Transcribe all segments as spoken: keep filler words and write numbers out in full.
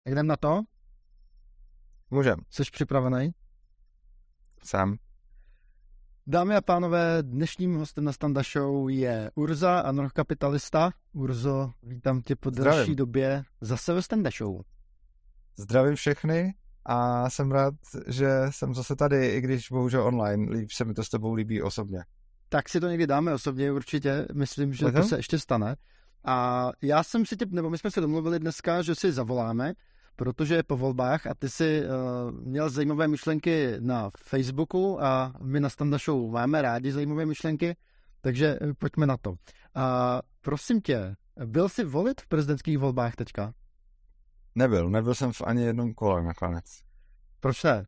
Jdem na to? Můžem. Jsi připravený? Sám. Dámy a pánové, dnešním hostem na Standa Show je Urza, anarchokapitalista. Urzo, vítám tě po delší Zdravím. době zase ve Standa Show. Zdravím všechny a jsem rád, že jsem zase tady, i když bohužel online. Líp se mi to s tebou líbí osobně. Tak si to někdy dáme osobně určitě, myslím, že Uhum. to se ještě stane. A já jsem si tě, nebo my jsme se domluvili dneska, že si zavoláme, protože je po volbách a ty si uh, měl zajímavé myšlenky na Facebooku a my na Standa Show máme rádi zajímavé myšlenky, takže pojďme na to. A prosím tě, byl jsi volit v prezidentských volbách teďka? Nebyl, nebyl jsem v ani jednom kole nakonec. Proč ne?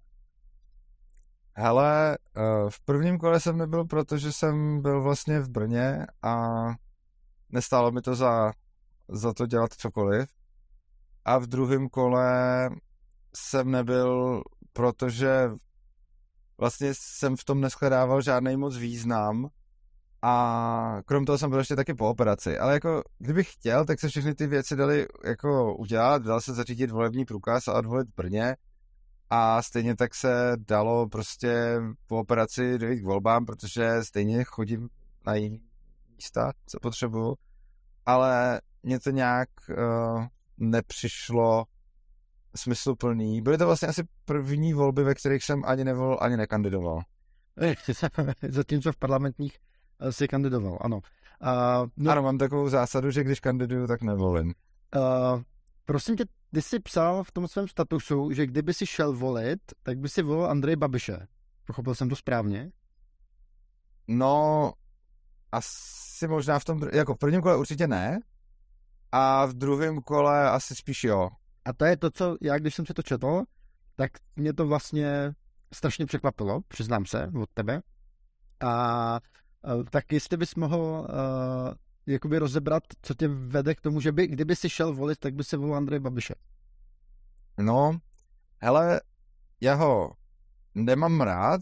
Hele, v prvním kole jsem nebyl, protože jsem byl vlastně v Brně a nestálo mi to za, za to dělat cokoliv. A v druhém kole jsem nebyl, protože vlastně jsem v tom neshledával žádný moc význam a krom toho jsem byl ještě taky po operaci. Ale jako, kdybych chtěl, tak se všechny ty věci dali jako udělat, dal se zařídit volební průkaz a odvolit v Brně a stejně tak se dalo prostě po operaci dojít k volbám, protože stejně chodím na jiný místa, co potřebuju, ale mě to nějak uh, nepřišlo smysluplný. Byly to vlastně asi první volby, ve kterých jsem ani nevolil, ani nekandidoval. Zatímco v parlamentních si kandidoval, ano. Uh, no, ano, mám takovou zásadu, že když kandiduju, tak nevolím. Uh, prosím tě, ty jsi psal v tom svém statusu, že kdyby si šel volit, tak by si volil Andreje Babiše. Pochopil jsem to správně? No, asi možná v tom, jako v prvním kole určitě ne, a v druhém kole asi spíš jo. A to je to, co já, když jsem si to četl, tak mě to vlastně strašně překvapilo, přiznám se, od tebe. A uh, tak jestli bys mohl uh, jakoby rozebrat, co tě vede k tomu, že by, kdyby si šel volit, tak by si volil Andreje Babiše. No, hele, já ho nemám rád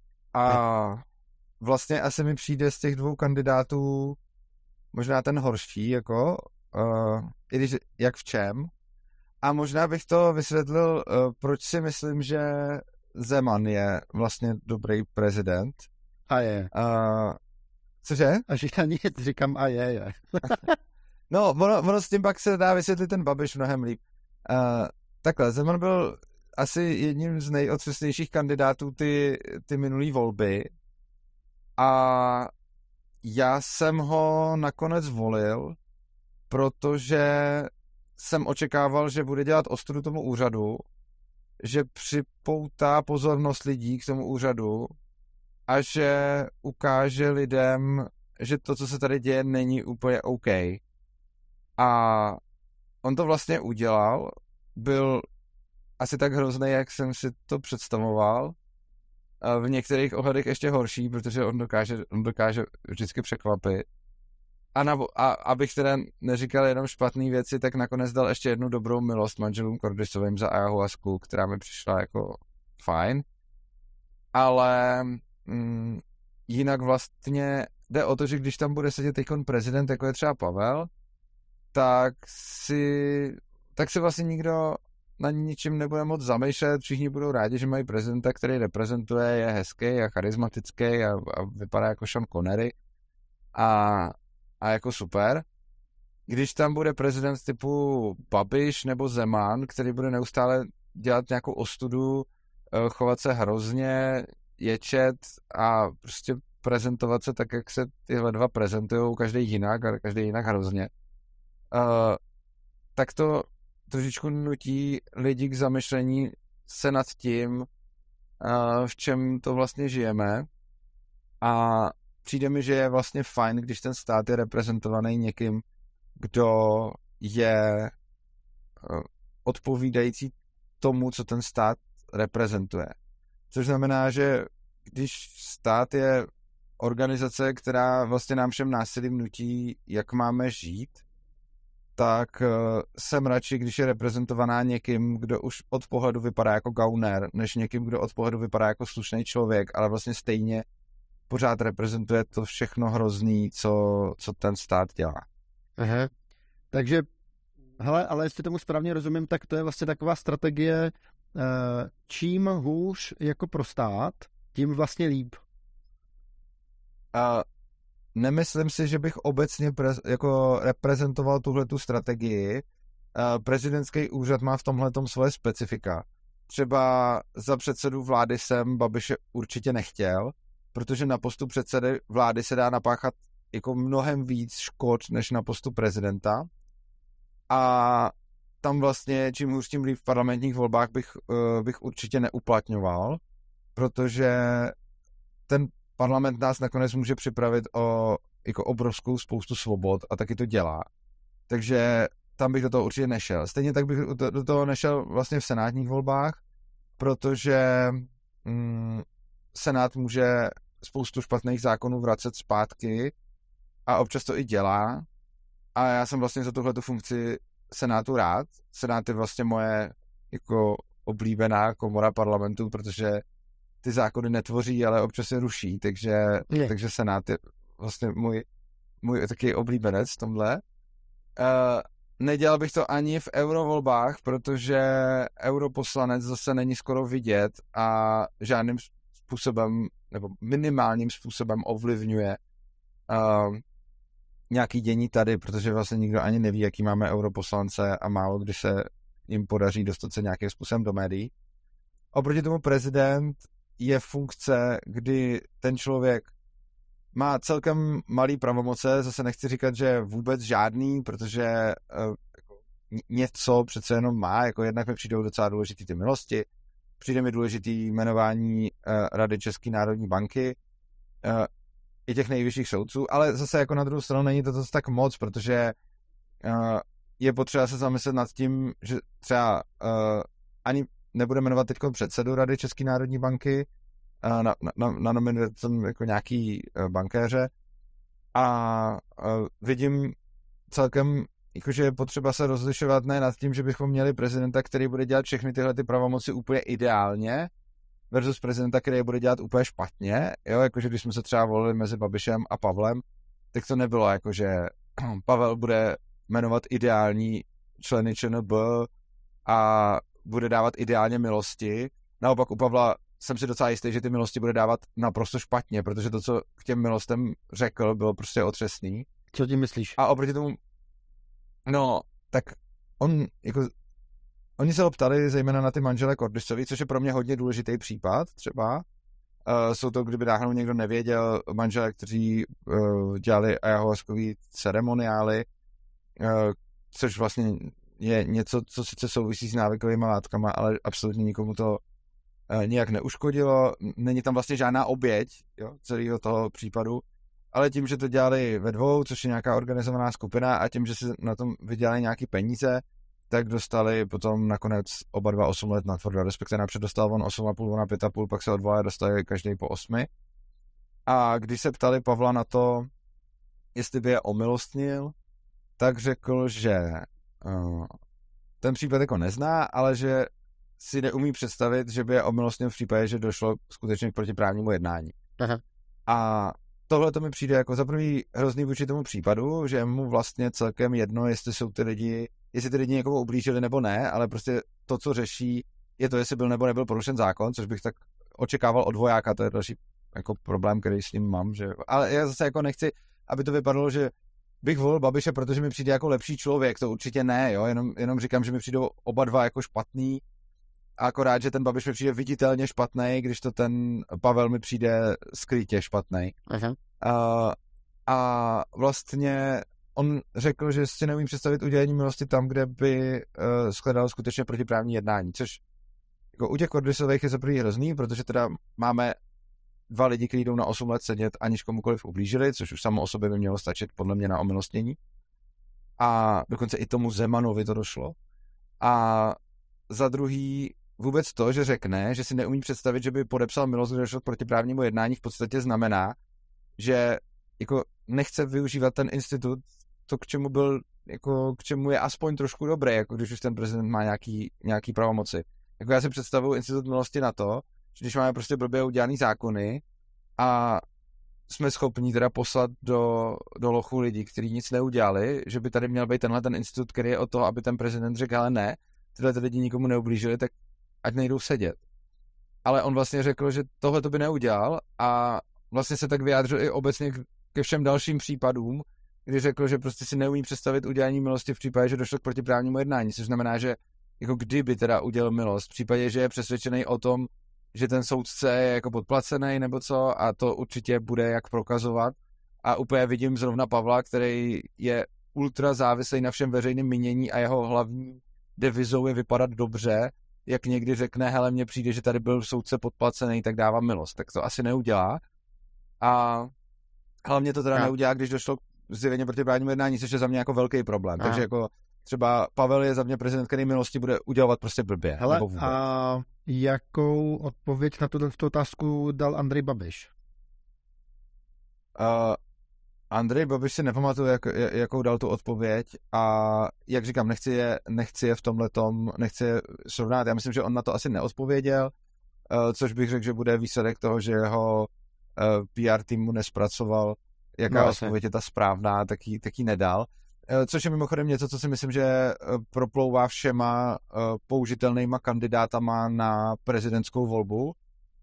a vlastně asi mi přijde z těch dvou kandidátů možná ten horší, jako, uh, i když jak v čem. A možná bych to vysvětlil, uh, proč si myslím, že Zeman je vlastně dobrý prezident. A je. Uh, cože? A říkám, říkám a je, je. No, ono, ono s tím pak se dá vysvětlit ten Babiš mnohem líp. Uh, takhle, Zeman byl asi jedním z nejotřesnějších kandidátů ty, ty minulý volby a já jsem ho nakonec volil, protože jsem očekával, že bude dělat ostudu tomu úřadu, že připoutá pozornost lidí k tomu úřadu a že ukáže lidem, že to, co se tady děje, není úplně OK. A on to vlastně udělal, byl asi tak hrozný, jak jsem si to představoval. A v některých ohledech ještě horší, protože on dokáže, on dokáže vždycky překvapit. A, na, a abych teda neříkal jenom špatné věci, tak nakonec dal ještě jednu dobrou milost manželům Kordisovým za ayahuasku, která mi přišla jako fajn. Ale mm, jinak vlastně jde o to, že když tam bude sedět teďkon prezident, jako je třeba Pavel, tak si, tak si vlastně nikdo na ničím nebude moc zamýšlet, všichni budou rádi, že mají prezidenta, který reprezentuje, je hezký a charismatický a, a vypadá jako Sean Connery a, a jako super. Když tam bude prezident typu Babiš nebo Zeman, který bude neustále dělat nějakou ostudu, chovat se hrozně, ječet a prostě prezentovat se tak, jak se tyhle dva prezentujou, každý jinak a každý jinak hrozně, uh, tak to trošičku nutí lidi k zamyšlení se nad tím, v čem to vlastně žijeme, a přijde mi, že je vlastně fajn, když ten stát je reprezentovaný někým, kdo je odpovídající tomu, co ten stát reprezentuje. Což znamená, že když stát je organizace, která vlastně nám všem násilím nutí, jak máme žít, tak jsem radši, když je reprezentovaná někým, kdo už od pohledu vypadá jako gauner, než někým, kdo od pohledu vypadá jako slušný člověk, ale vlastně stejně pořád reprezentuje to všechno hrozný, co, co ten stát dělá. Aha. Takže Hele, ale jestli tomu správně rozumím, tak to je vlastně taková strategie, čím hůř jako pro stát, tím vlastně líp. A nemyslím si, že bych obecně prez, jako reprezentoval tuhletu strategii. Prezidentský úřad má v tomhletom svoje specifika. Třeba za předsedu vlády jsem Babiše určitě nechtěl, protože na postu předsedy vlády se dá napáchat jako mnohem víc škod, než na postu prezidenta. A tam vlastně čím hůř tím líp v parlamentních volbách bych, bych určitě neuplatňoval, protože ten parlament nás nakonec může připravit o jako obrovskou spoustu svobod a taky to dělá. Takže tam bych do toho určitě nešel. Stejně tak bych do toho nešel vlastně v senátních volbách, protože mm, Senát může spoustu špatných zákonů vracet zpátky a občas to i dělá. A já jsem vlastně za tuhletu funkci Senátu rád. Senát je vlastně moje jako oblíbená komora parlamentu, protože ty zákony netvoří, ale občas je ruší, takže, takže Senát je vlastně můj, můj taky oblíbenec v tomhle. Uh, nedělal bych to ani v eurovolbách, protože europoslanec zase není skoro vidět a žádným způsobem, nebo minimálním způsobem ovlivňuje uh, nějaký dění tady, protože vlastně nikdo ani neví, jaký máme europoslance a málo kdy se jim podaří dostat se nějakým způsobem do médií. Oproti tomu prezident je funkce, kdy ten člověk má celkem malý pravomoce, zase nechci říkat, že vůbec žádný, protože uh, něco přece jenom má, jako jednak mi přijdou docela důležitý ty milosti, přijde mi důležitý jmenování uh, Rady České národní banky, uh, i těch nejvyšších soudců, ale zase jako na druhou stranu není to zase tak moc, protože uh, je potřeba se zamyslet nad tím, že třeba uh, ani nebude jmenovat teď předsedu Rady České národní banky, uh, na, na, na nominuje tam jako nějaký uh, bankéře a uh, vidím celkem, jakože je potřeba se rozlišovat ne nad tím, že bychom měli prezidenta, který bude dělat všechny tyhle ty pravomoci úplně ideálně, versus prezidenta, který je bude dělat úplně špatně, jo, jakože když jsme se třeba volili mezi Babišem a Pavlem, tak to nebylo jako, že Pavel bude jmenovat ideální členy ČNB a bude dávat ideálně milosti. Naopak u Pavla jsem si docela jistý, že ty milosti bude dávat naprosto špatně, protože to, co k těm milostem řekl, bylo prostě otřesný. Co tím myslíš? A oproti tomu, no, tak on jako oni se ho ptali zejména na ty manžele Kordysovi, což je pro mě hodně důležitý případ třeba. Uh, jsou to, kdyby náhodou někdo nevěděl, manžele, kteří uh, dělali ayahuaskový ceremoniály, uh, což vlastně je něco, co sice souvisí s návykovými látkama, ale absolutně nikomu to uh, nijak neuškodilo. Není tam vlastně žádná oběť, jo, celého toho případu, ale tím, že to dělali ve dvou, což je nějaká organizovaná skupina a tím, že si na tom vydělali nějaký peníze, tak dostali potom nakonec oba dva osm let na tvrdo, respektive napřed dostal on osm a půl, ona pět a půl, pak se odvolali a dostali každý po osmi. A když se ptali Pavla na to, jestli by je omilostnil, tak řekl, že uh, ten případ jako nezná, ale že si neumí představit, že by je omilostnil v případě, že došlo skutečně k protiprávnímu jednání. Aha. A tohle to mi přijde jako za prvý hrozný vůči tomu případu, že mu vlastně celkem jedno, jestli jsou ty lidi, jestli ty lidi někomu ublížili nebo ne, ale prostě to, co řeší, je to, jestli byl nebo nebyl porušen zákon, což bych tak očekával od vojáka, to je další jako problém, který s ním mám, že... ale já zase jako nechci, aby to vypadalo, že bych volil Babiše, protože mi přijde jako lepší člověk, to určitě ne, jo, jenom, jenom říkám, že mi přijdou oba dva jako špatný, a akorát, že ten Babiš mi přijde viditelně špatný, když to ten Pavel mi přijde skrytě špatný. Uh-huh. Uh, a vlastně on řekl, že si neumí představit udělení milosti tam, kde by uh, shledal skutečně protiprávní jednání, což jako u těch Kordysových je za prvý hrozný, protože teda máme dva lidi, kteří jdou na osm let sedět, aniž komukoliv ublížili, což už samo o sobě by mělo stačit podle mě na omilostnění. A dokonce i tomu Zemanovi to došlo. A za druhý vůbec to, že řekne, že si neumí představit, že by podepsal milost, kde došlo k protiprávnímu jednání, v podstatě znamená, že jako nechce využívat ten institut, to k čemu byl, jako k čemu je aspoň trošku dobré, jako když už ten prezident má nějaký, nějaký pravomoci. Jako já si představuji institut milosti na to, že když máme prostě blbě udělaný zákony a jsme schopni teda poslat do, do lochu lidi, kteří nic neudělali, že by tady měl být tenhle ten institut, který je o to, aby ten prezident řekl, ale ne, tyhle ty lidi nikomu neublížili, tak ať nejdou sedět. Ale on vlastně řekl, že tohle to by neudělal a vlastně se tak vyjádřil i obecně ke všem dalším případům, kdy řekl, že prostě si neumí představit udělení milosti v případě, že došlo k protiprávnímu jednání, což znamená, že jako kdyby teda udělal milost, v případě, že je přesvědčený o tom, že ten soudce je jako podplacený nebo co a to určitě bude jak prokazovat. A úplně vidím zrovna Pavla, který je ultra závislý na všem veřejném mínění a jeho hlavní devizou je vypadat dobře, jak někdy řekne, hele, mně přijde, že tady byl soudce podplacený, tak dávám milost. Tak to asi neudělá. A hlavně to teda a. neudělá, když došlo k zjevně protiprávnímu jednání, což je za mě jako velký problém. A. Takže jako třeba Pavel je za mě prezident, který milosti bude udělovat prostě blbě. Hele, a jakou odpověď na tuto otázku dal Andrej Babiš? Uh, Andrej Babiš si nepamatuje, jak, jakou dal tu odpověď a jak říkám, nechci je, nechci je v tomhletom, nechci je srovnat. Já myslím, že on na to asi neodpověděl, uh, což bych řekl, že bude výsledek toho, že jeho uh, P R tým mu nespracoval, jaká no, odpověď je ta správná, tak ji, tak ji nedal. Uh, což je mimochodem něco, co si myslím, že uh, proplouvá všema uh, použitelnýma kandidátama na prezidentskou volbu, uh,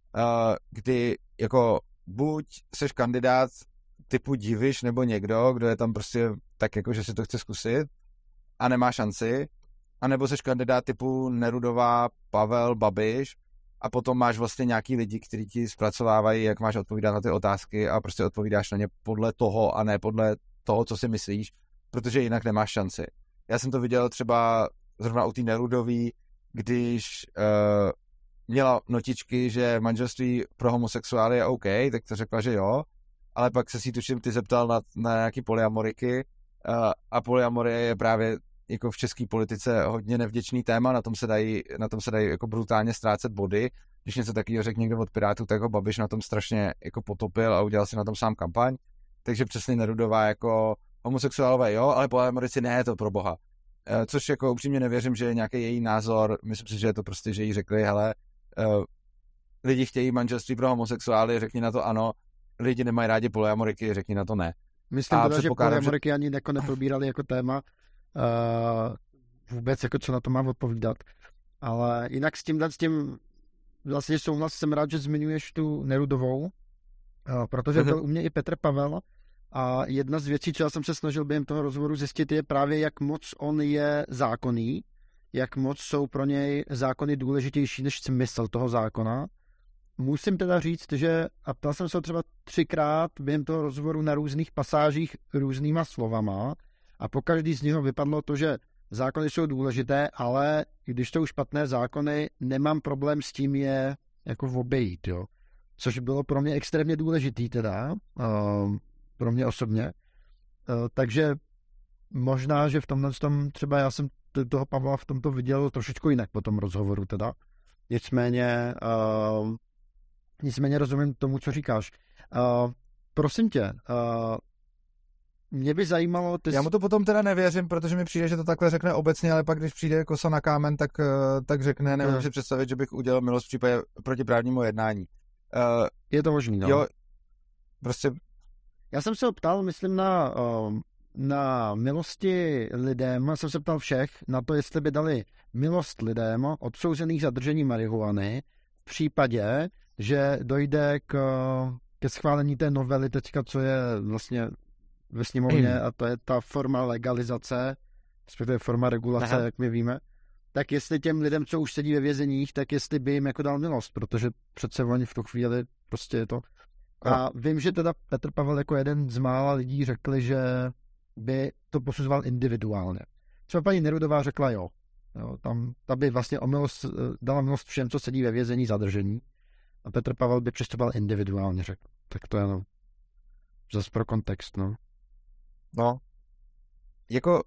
kdy jako buď seš kandidát typu Diviš nebo někdo, kdo je tam prostě tak jako, že si to chce zkusit a nemá šanci, anebo seš kandidát typu Nerudová, Pavel, Babiš a potom máš vlastně nějaký lidi, kteří ti zpracovávají, jak máš odpovídat na ty otázky a prostě odpovídáš na ně podle toho a ne podle toho, co si myslíš, protože jinak nemáš šanci. Já jsem to viděl třeba zrovna u té Nerudový, když uh, měla notičky, že manželství pro homosexuály je OK, tak to řekla, že jo, ale pak se si tuším, ty zeptal na, na nějaký polyamoriky uh, a polyamorie je právě jako v české politice hodně nevděčný téma, na tom se dají, na tom se dají jako brutálně ztrácet body. Když něco takového řekl někdo od Pirátů, tak ho Babiš na tom strašně jako potopil a udělal si na tom sám kampaň. Takže přesně Nerudová jako homosexuálové jo, ale polyamorici ne, to pro boha. Uh, což jako upřímně nevěřím, že je nějaký její názor, myslím si, že je to prostě, že jí řekli, hele, uh, lidi chtějí manželství pro homosexuály, řekni na to ano, lidi nemají rádi polyamoriky, řekni na to ne. Myslím teda, že polyamoriky že... ani jako neprobírali jako téma uh, vůbec, jako co na to mám odpovídat. Ale jinak s tím, s tím vlastně souhlas, jsem rád, že zmiňuješ tu Nerudovou, uh, protože byl u mě i Petr Pavel a jedna z věcí, co já jsem se snažil během toho rozhovoru zjistit, je právě, jak moc on je zákonný, jak moc jsou pro něj zákony důležitější než smysl toho zákona. Musím teda říct, že, a ptal jsem se třeba třikrát během toho rozhovoru na různých pasážích různýma slovama a po každý z nich vypadlo to, že zákony jsou důležité, ale když jsou špatné zákony, nemám problém s tím je jako obejít, jo. Což bylo pro mě extrémně důležitý teda, uh, pro mě osobně. Uh, takže možná, že v tomhle tom třeba já jsem toho Pavla v tomto viděl trošičku jinak po tom rozhovoru teda. Nicméně uh, Nicméně rozumím tomu, co říkáš. Uh, prosím tě, uh, mě by zajímalo... Ty Já mu to potom teda nevěřím, protože mi přijde, že to takhle řekne obecně, ale pak když přijde kosa na kámen, tak, uh, tak řekne, nemůžu si představit, že bych udělal milost v případě protiprávnímu jednání. Uh, Je to možný, no. Jo, prostě... Já jsem se ptal, myslím, na, uh, na milosti lidem, jsem se ptal všech na to, jestli by dali milost lidem odsouzených za držení marihuany v případě, že dojde k, ke schválení té novely teďka, co je vlastně ve sněmovně, a to je ta forma legalizace, respektive forma regulace, Aha. jak my víme, tak jestli těm lidem, co už sedí ve vězeních, tak jestli by jim jako dal milost, protože přece oni v tu chvíli prostě je to. A vím, že teda Petr Pavel jako jeden z mála lidí řekli, že by to posuzoval individuálně. Třeba paní Nerudová řekla jo. jo tam, ta by vlastně o milost, dala milost všem, co sedí ve vězení zadržení. A Petr Pavel by přistupoval individuálně, řekl. Tak to je no, zase pro kontext, no. No, jako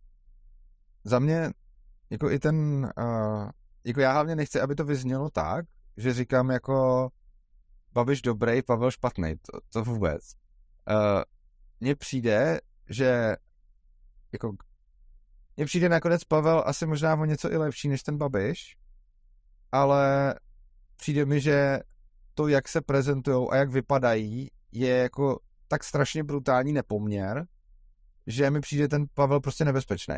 za mě, jako i ten, uh, jako já hlavně nechci, aby to vyznělo tak, že říkám jako Babiš dobrý, Pavel špatný, to, to vůbec. Uh, mně přijde, že jako mně přijde nakonec Pavel asi možná o něco i lepší než ten Babiš, ale přijde mi, že to, jak se prezentujou a jak vypadají, je jako tak strašně brutální nepoměr, že mi přijde ten Pavel prostě nebezpečný.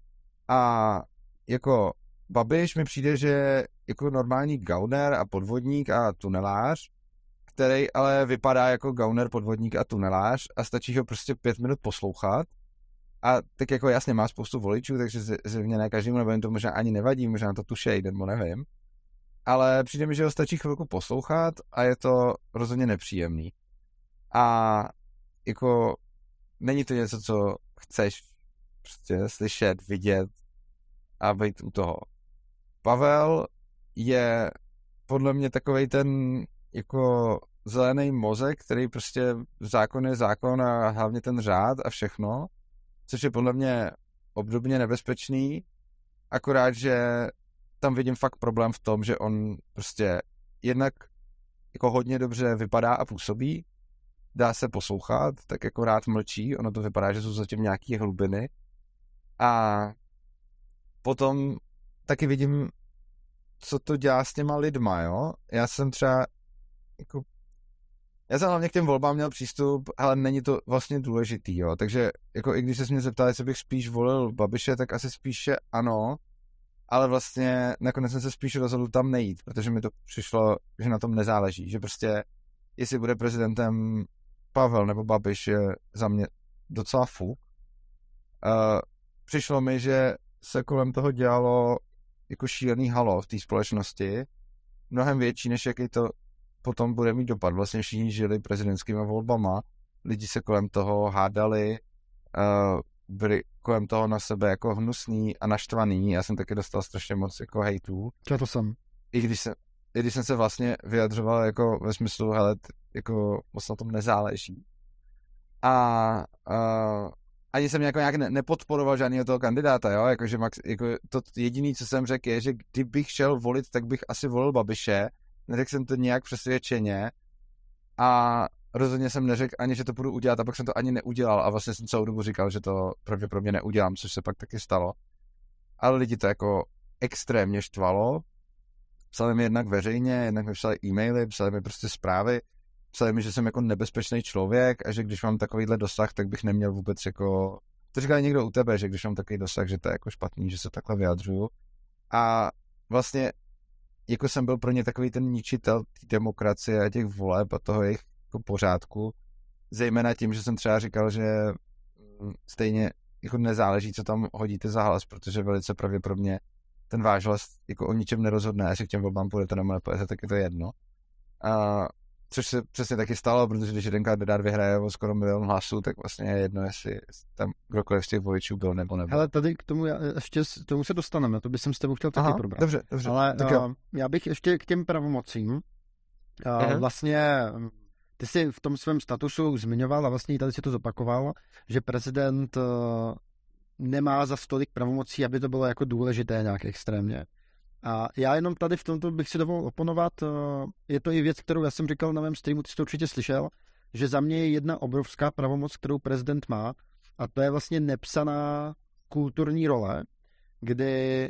A jako Babiš mi přijde, že jako normální gauner a podvodník a tunelář, který ale vypadá jako gauner, podvodník a tunelář a stačí ho prostě pět minut poslouchat. A tak jako jasně má spoustu voličů, takže zřejmě ne každému, nebo jim to možná ani nevadí, možná to tušej, nebo nevím. Ale přijde mi, že ho stačí chvilku poslouchat a je to rozhodně nepříjemný. A jako není to něco, co chceš prostě slyšet, vidět a být u toho. Pavel je podle mě takovej ten jako zelený mozek, který prostě zákon je zákon a hlavně ten řád a všechno, což je podle mě obdobně nebezpečný, akorát, že tam vidím fakt problém v tom, že on prostě jednak jako hodně dobře vypadá a působí, dá se poslouchat, tak jako rád mlčí, ono to vypadá, že jsou zatím nějaké hlubiny a potom taky vidím, co to dělá s těma lidma, jo. Já jsem třeba jako já jsem hlavně k těm volbám měl přístup, ale není to vlastně důležitý, jo. Takže jako i když se mě zeptal, jestli bych spíš volil Babiše, tak asi spíše ano, ale vlastně nakonec jsem se spíš rozhodl tam nejít, protože mi to přišlo, že na tom nezáleží, že prostě jestli bude prezidentem Pavel nebo Babiš je za mě docela fuk. Uh, přišlo mi, že se kolem toho dělalo jako šílený halo v té společnosti, mnohem větší, než jaký to potom bude mít dopad. Vlastně všichni žili prezidentskými volbama, lidi se kolem toho hádali, uh, byli kolem toho na sebe jako hnusný a naštvaný. Já jsem taky dostal strašně moc jako hejtů. Co to jsem? I když, se, I když jsem se vlastně vyjadřoval jako ve smyslu, hele, jako moc na tom nezáleží. A uh, ani jsem jako nějak nepodporoval žádného toho kandidáta, jo, jakože max, jako to jediné, co jsem řekl, je, že kdybych šel volit, tak bych asi volil Babiše, neřekl jsem to nějak přesvědčeně a rozhodně jsem neřekl ani, že to budu udělat a pak jsem to ani neudělal a vlastně jsem celou dobu říkal, že to pravděpodobně neudělám, což se pak taky stalo. Ale lidi to jako extrémně štvalo, psali mi jednak veřejně, jednak mi psali e-maily, psali mi prostě zprávy, psali mi, že jsem jako nebezpečný člověk a že když mám takovýhle dosah, tak bych neměl vůbec jako... To říkal někdo u tebe, že když mám takový dosah, že to je jako špatný, že se takhle vyjadřuju. A vlastně jako jsem byl pro ně takový ten ničitel té demokracie a těch voleb a toho jejich jako pořádku. Zejména tím, že jsem třeba říkal, že stejně jako nezáleží, co tam hodíte za hlas, protože velice pravděpodobně ten váš hlas jako o ničem nerozhodne, jestli k těm volbám půjdete nebo nepůjdete, tak je to jedno. A což se přesně taky stalo, protože když jeden kandidát vyhraje o skoro milion hlasů, tak vlastně je jedno, jestli tam kdokoliv z těch voličů byl nebo nebyl. Hele, tady k tomu, ještě k tomu se dostaneme, to bych jsem s tebou chtěl taky Aha, probrat. Dobře, dobře. Ale tak uh, já bych ještě k těm pravomocím. Uh, vlastně ty jsi v tom svém statusu zmiňoval a vlastně tady si to zopakoval, že prezident uh, nemá za stolik pravomocí, aby to bylo jako důležité nějak extrémně. A já jenom tady v tomto bych si dovolil oponovat, je to i věc, kterou já jsem říkal na mém streamu, ty jsi to určitě slyšel, že za mě je jedna obrovská pravomoc, kterou prezident má, a to je vlastně nepsaná kulturní role, kdy,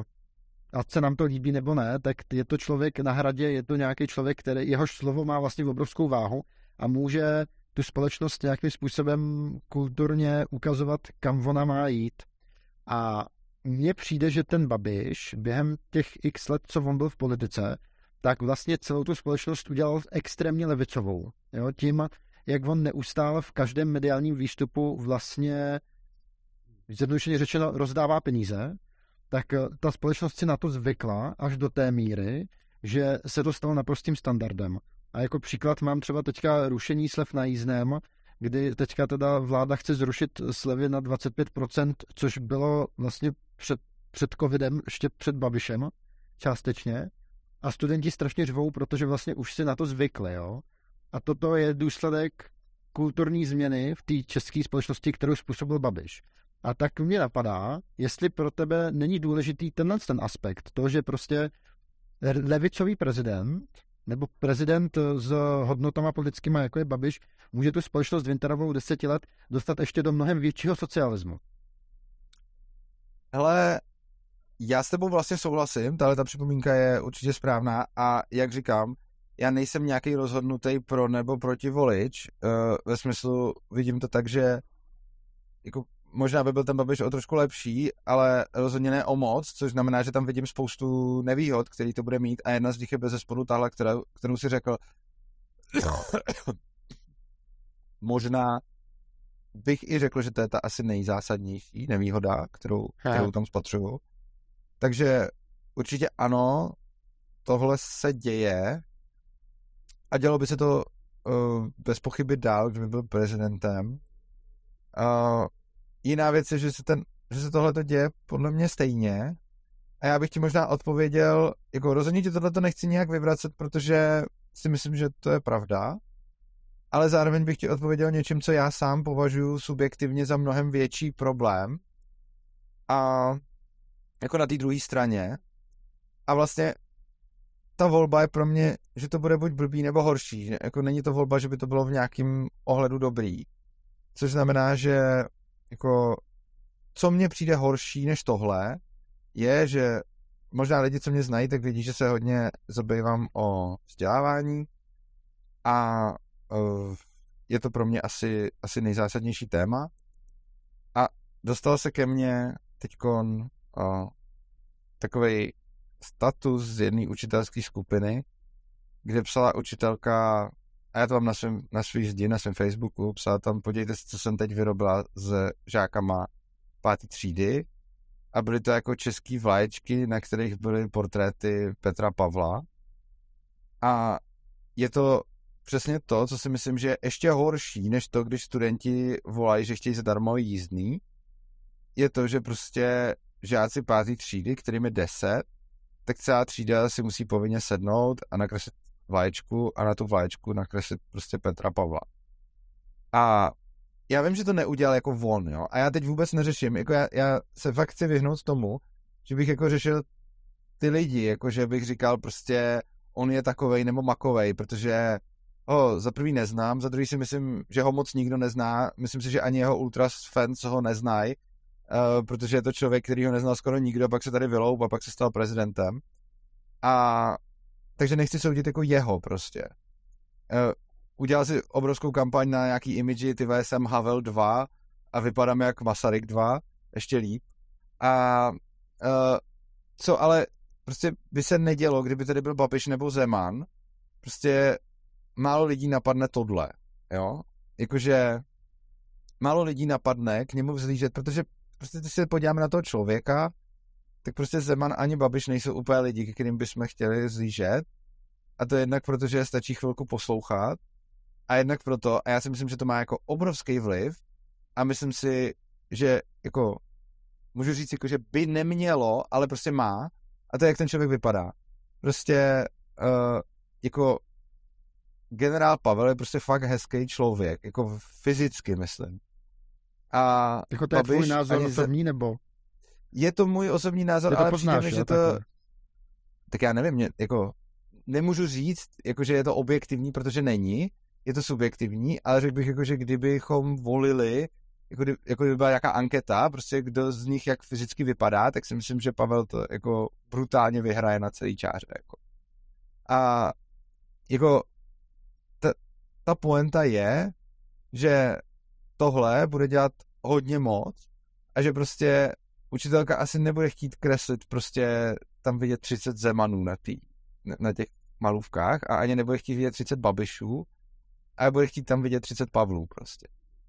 ať se nám to líbí nebo ne, tak je to člověk na hradě, je to nějaký člověk, který, jehož slovo má vlastně obrovskou váhu a může tu společnost nějakým způsobem kulturně ukazovat, kam ona má jít. A mně přijde, že ten Babiš během těch x let, co on byl v politice, tak vlastně celou tu společnost udělal extrémně levicovou. Jo? Tím, jak on neustále v každém mediálním výstupu vlastně, zjednodušeně řečeno, rozdává peníze, tak ta společnost si na to zvykla až do té míry, že se to stalo naprostým standardem. A jako příklad mám třeba teďka rušení slev na jízdném, kdy teďka teda vláda chce zrušit slevy na dvacet pět procent, což bylo vlastně před, před covidem, ještě před Babišem, částečně. A studenti strašně řvou, protože vlastně už si na to zvykli, jo. A toto je důsledek kulturní změny v té české společnosti, kterou způsobil Babiš. A tak mě napadá, jestli pro tebe není důležitý tenhle ten aspekt, to, že prostě levicový prezident nebo prezident s hodnotama politickýma, jako je Babiš, může tu společnost Winterovou deseti let dostat ještě do mnohem většího socialismu. Hele, já s tebou vlastně souhlasím, tahle ta připomínka je určitě správná a jak říkám, já nejsem nějaký rozhodnutý pro nebo proti volič, uh, ve smyslu, vidím to tak, že jako možná by byl ten Babiš o trošku lepší, ale rozhodně ne o moc, což znamená, že tam vidím spoustu nevýhod, který to bude mít a jedna z nich je bezesporu tahle, kterou, kterou si řekl. Možná bych i řekl, že to je ta asi nejzásadnější nevýhoda, kterou, kterou tam spatřuju. Takže určitě ano, tohle se děje a dělo by se to uh, bez pochyby dál, kdyby byl prezidentem. Uh, jiná věc je, že se, ten, že se tohle to děje podle mě stejně a já bych ti možná odpověděl, jako rozhodně ti tohle to nechci nějak vyvracet, protože si myslím, že to je pravda, ale zároveň bych ti odpověděl něčím, co já sám považuji subjektivně za mnohem větší problém a jako na té druhé straně a vlastně ta volba je pro mě, že to bude buď blbý nebo horší, že jako není to volba, že by to bylo v nějakém ohledu dobrý, což znamená, že jako co mně přijde horší než tohle je, že možná lidi, co mě znají, tak vidí, že se hodně zabývám o vzdělávání a uh, je to pro mě asi, asi nejzásadnější téma a dostal se ke mně teďkon uh, takovej status z jedné učitelské skupiny, kde psala učitelka, a já to mám na, svém, na svý zdi, na svém Facebooku, psala tam, podívejte se, co jsem teď vyrobila s žákama páté třídy a byly to jako český vlaječky, na kterých byly portréty Petra Pavla a je to přesně to, co si myslím, že je ještě horší, než to, když studenti volají, že chtějí zadarmo jízdný, je to, že prostě žáci páté třídy, kterým je deset, tak celá třída si musí povinně sednout a nakreslit vlaječku a na tu vlaječku nakreslit prostě Petra Pavla. A já vím, že to neudělal jako on, jo, a já teď vůbec neřeším, jako já, já se fakt chci vyhnout tomu, že bych jako řešil ty lidi, jako že bych říkal prostě on je takovej nebo makovej, protože ho za prvý neznám, za druhý si myslím, že ho moc nikdo nezná, myslím si, že ani jeho ultras fans ho neznají, uh, protože je to člověk, který ho neznal skoro nikdo, pak se tady vyloup a pak se stal prezidentem. A takže nechci soudit jako jeho prostě. Uh, udělal si obrovskou kampaň na nějaký imidži, ty jsem Havel dva a vypadám jak Masaryk dva, ještě líp. A uh, co ale prostě by se nedělo, kdyby tady byl Babiš nebo Zeman, prostě málo lidí napadne tohle, jo? Jakože málo lidí napadne k němu vzlížet, protože prostě když se podíváme na toho člověka, tak prostě Zeman ani Babiš nejsou úplně lidi, k kterým bychom chtěli vzlížet. A to jednak proto, že stačí chvilku poslouchat a jednak proto, a já si myslím, že to má jako obrovský vliv a myslím si, že jako můžu říct, jako, že by nemělo, ale prostě má a to je, jak ten člověk vypadá. Prostě uh, jako generál Pavel je prostě fakt hezký člověk, jako fyzicky myslím. A jako to je tvůj názor osobní, nebo? Je to můj osobní názor, ale poznáš, přijde mi, jo, že to... Takhle. Tak já nevím, mě, jako nemůžu říct, jako, že je to objektivní, protože není, je to subjektivní, ale řekl bych, jako, že kdybychom volili, jako, kdy, jako kdyby byla nějaká anketa, prostě kdo z nich jak fyzicky vypadá, tak si myslím, že Pavel to jako brutálně vyhraje na celý čáře. Jako. A jako ta, ta poenta je, že tohle bude dělat hodně moc a že prostě učitelka asi nebude chtít kreslit prostě tam vidět třicet Zemanů na, tý, na těch malůvkách a ani nebude chtít vidět třicet Babišů, ale bude chtít tam vidět třicet Pavlů prostě.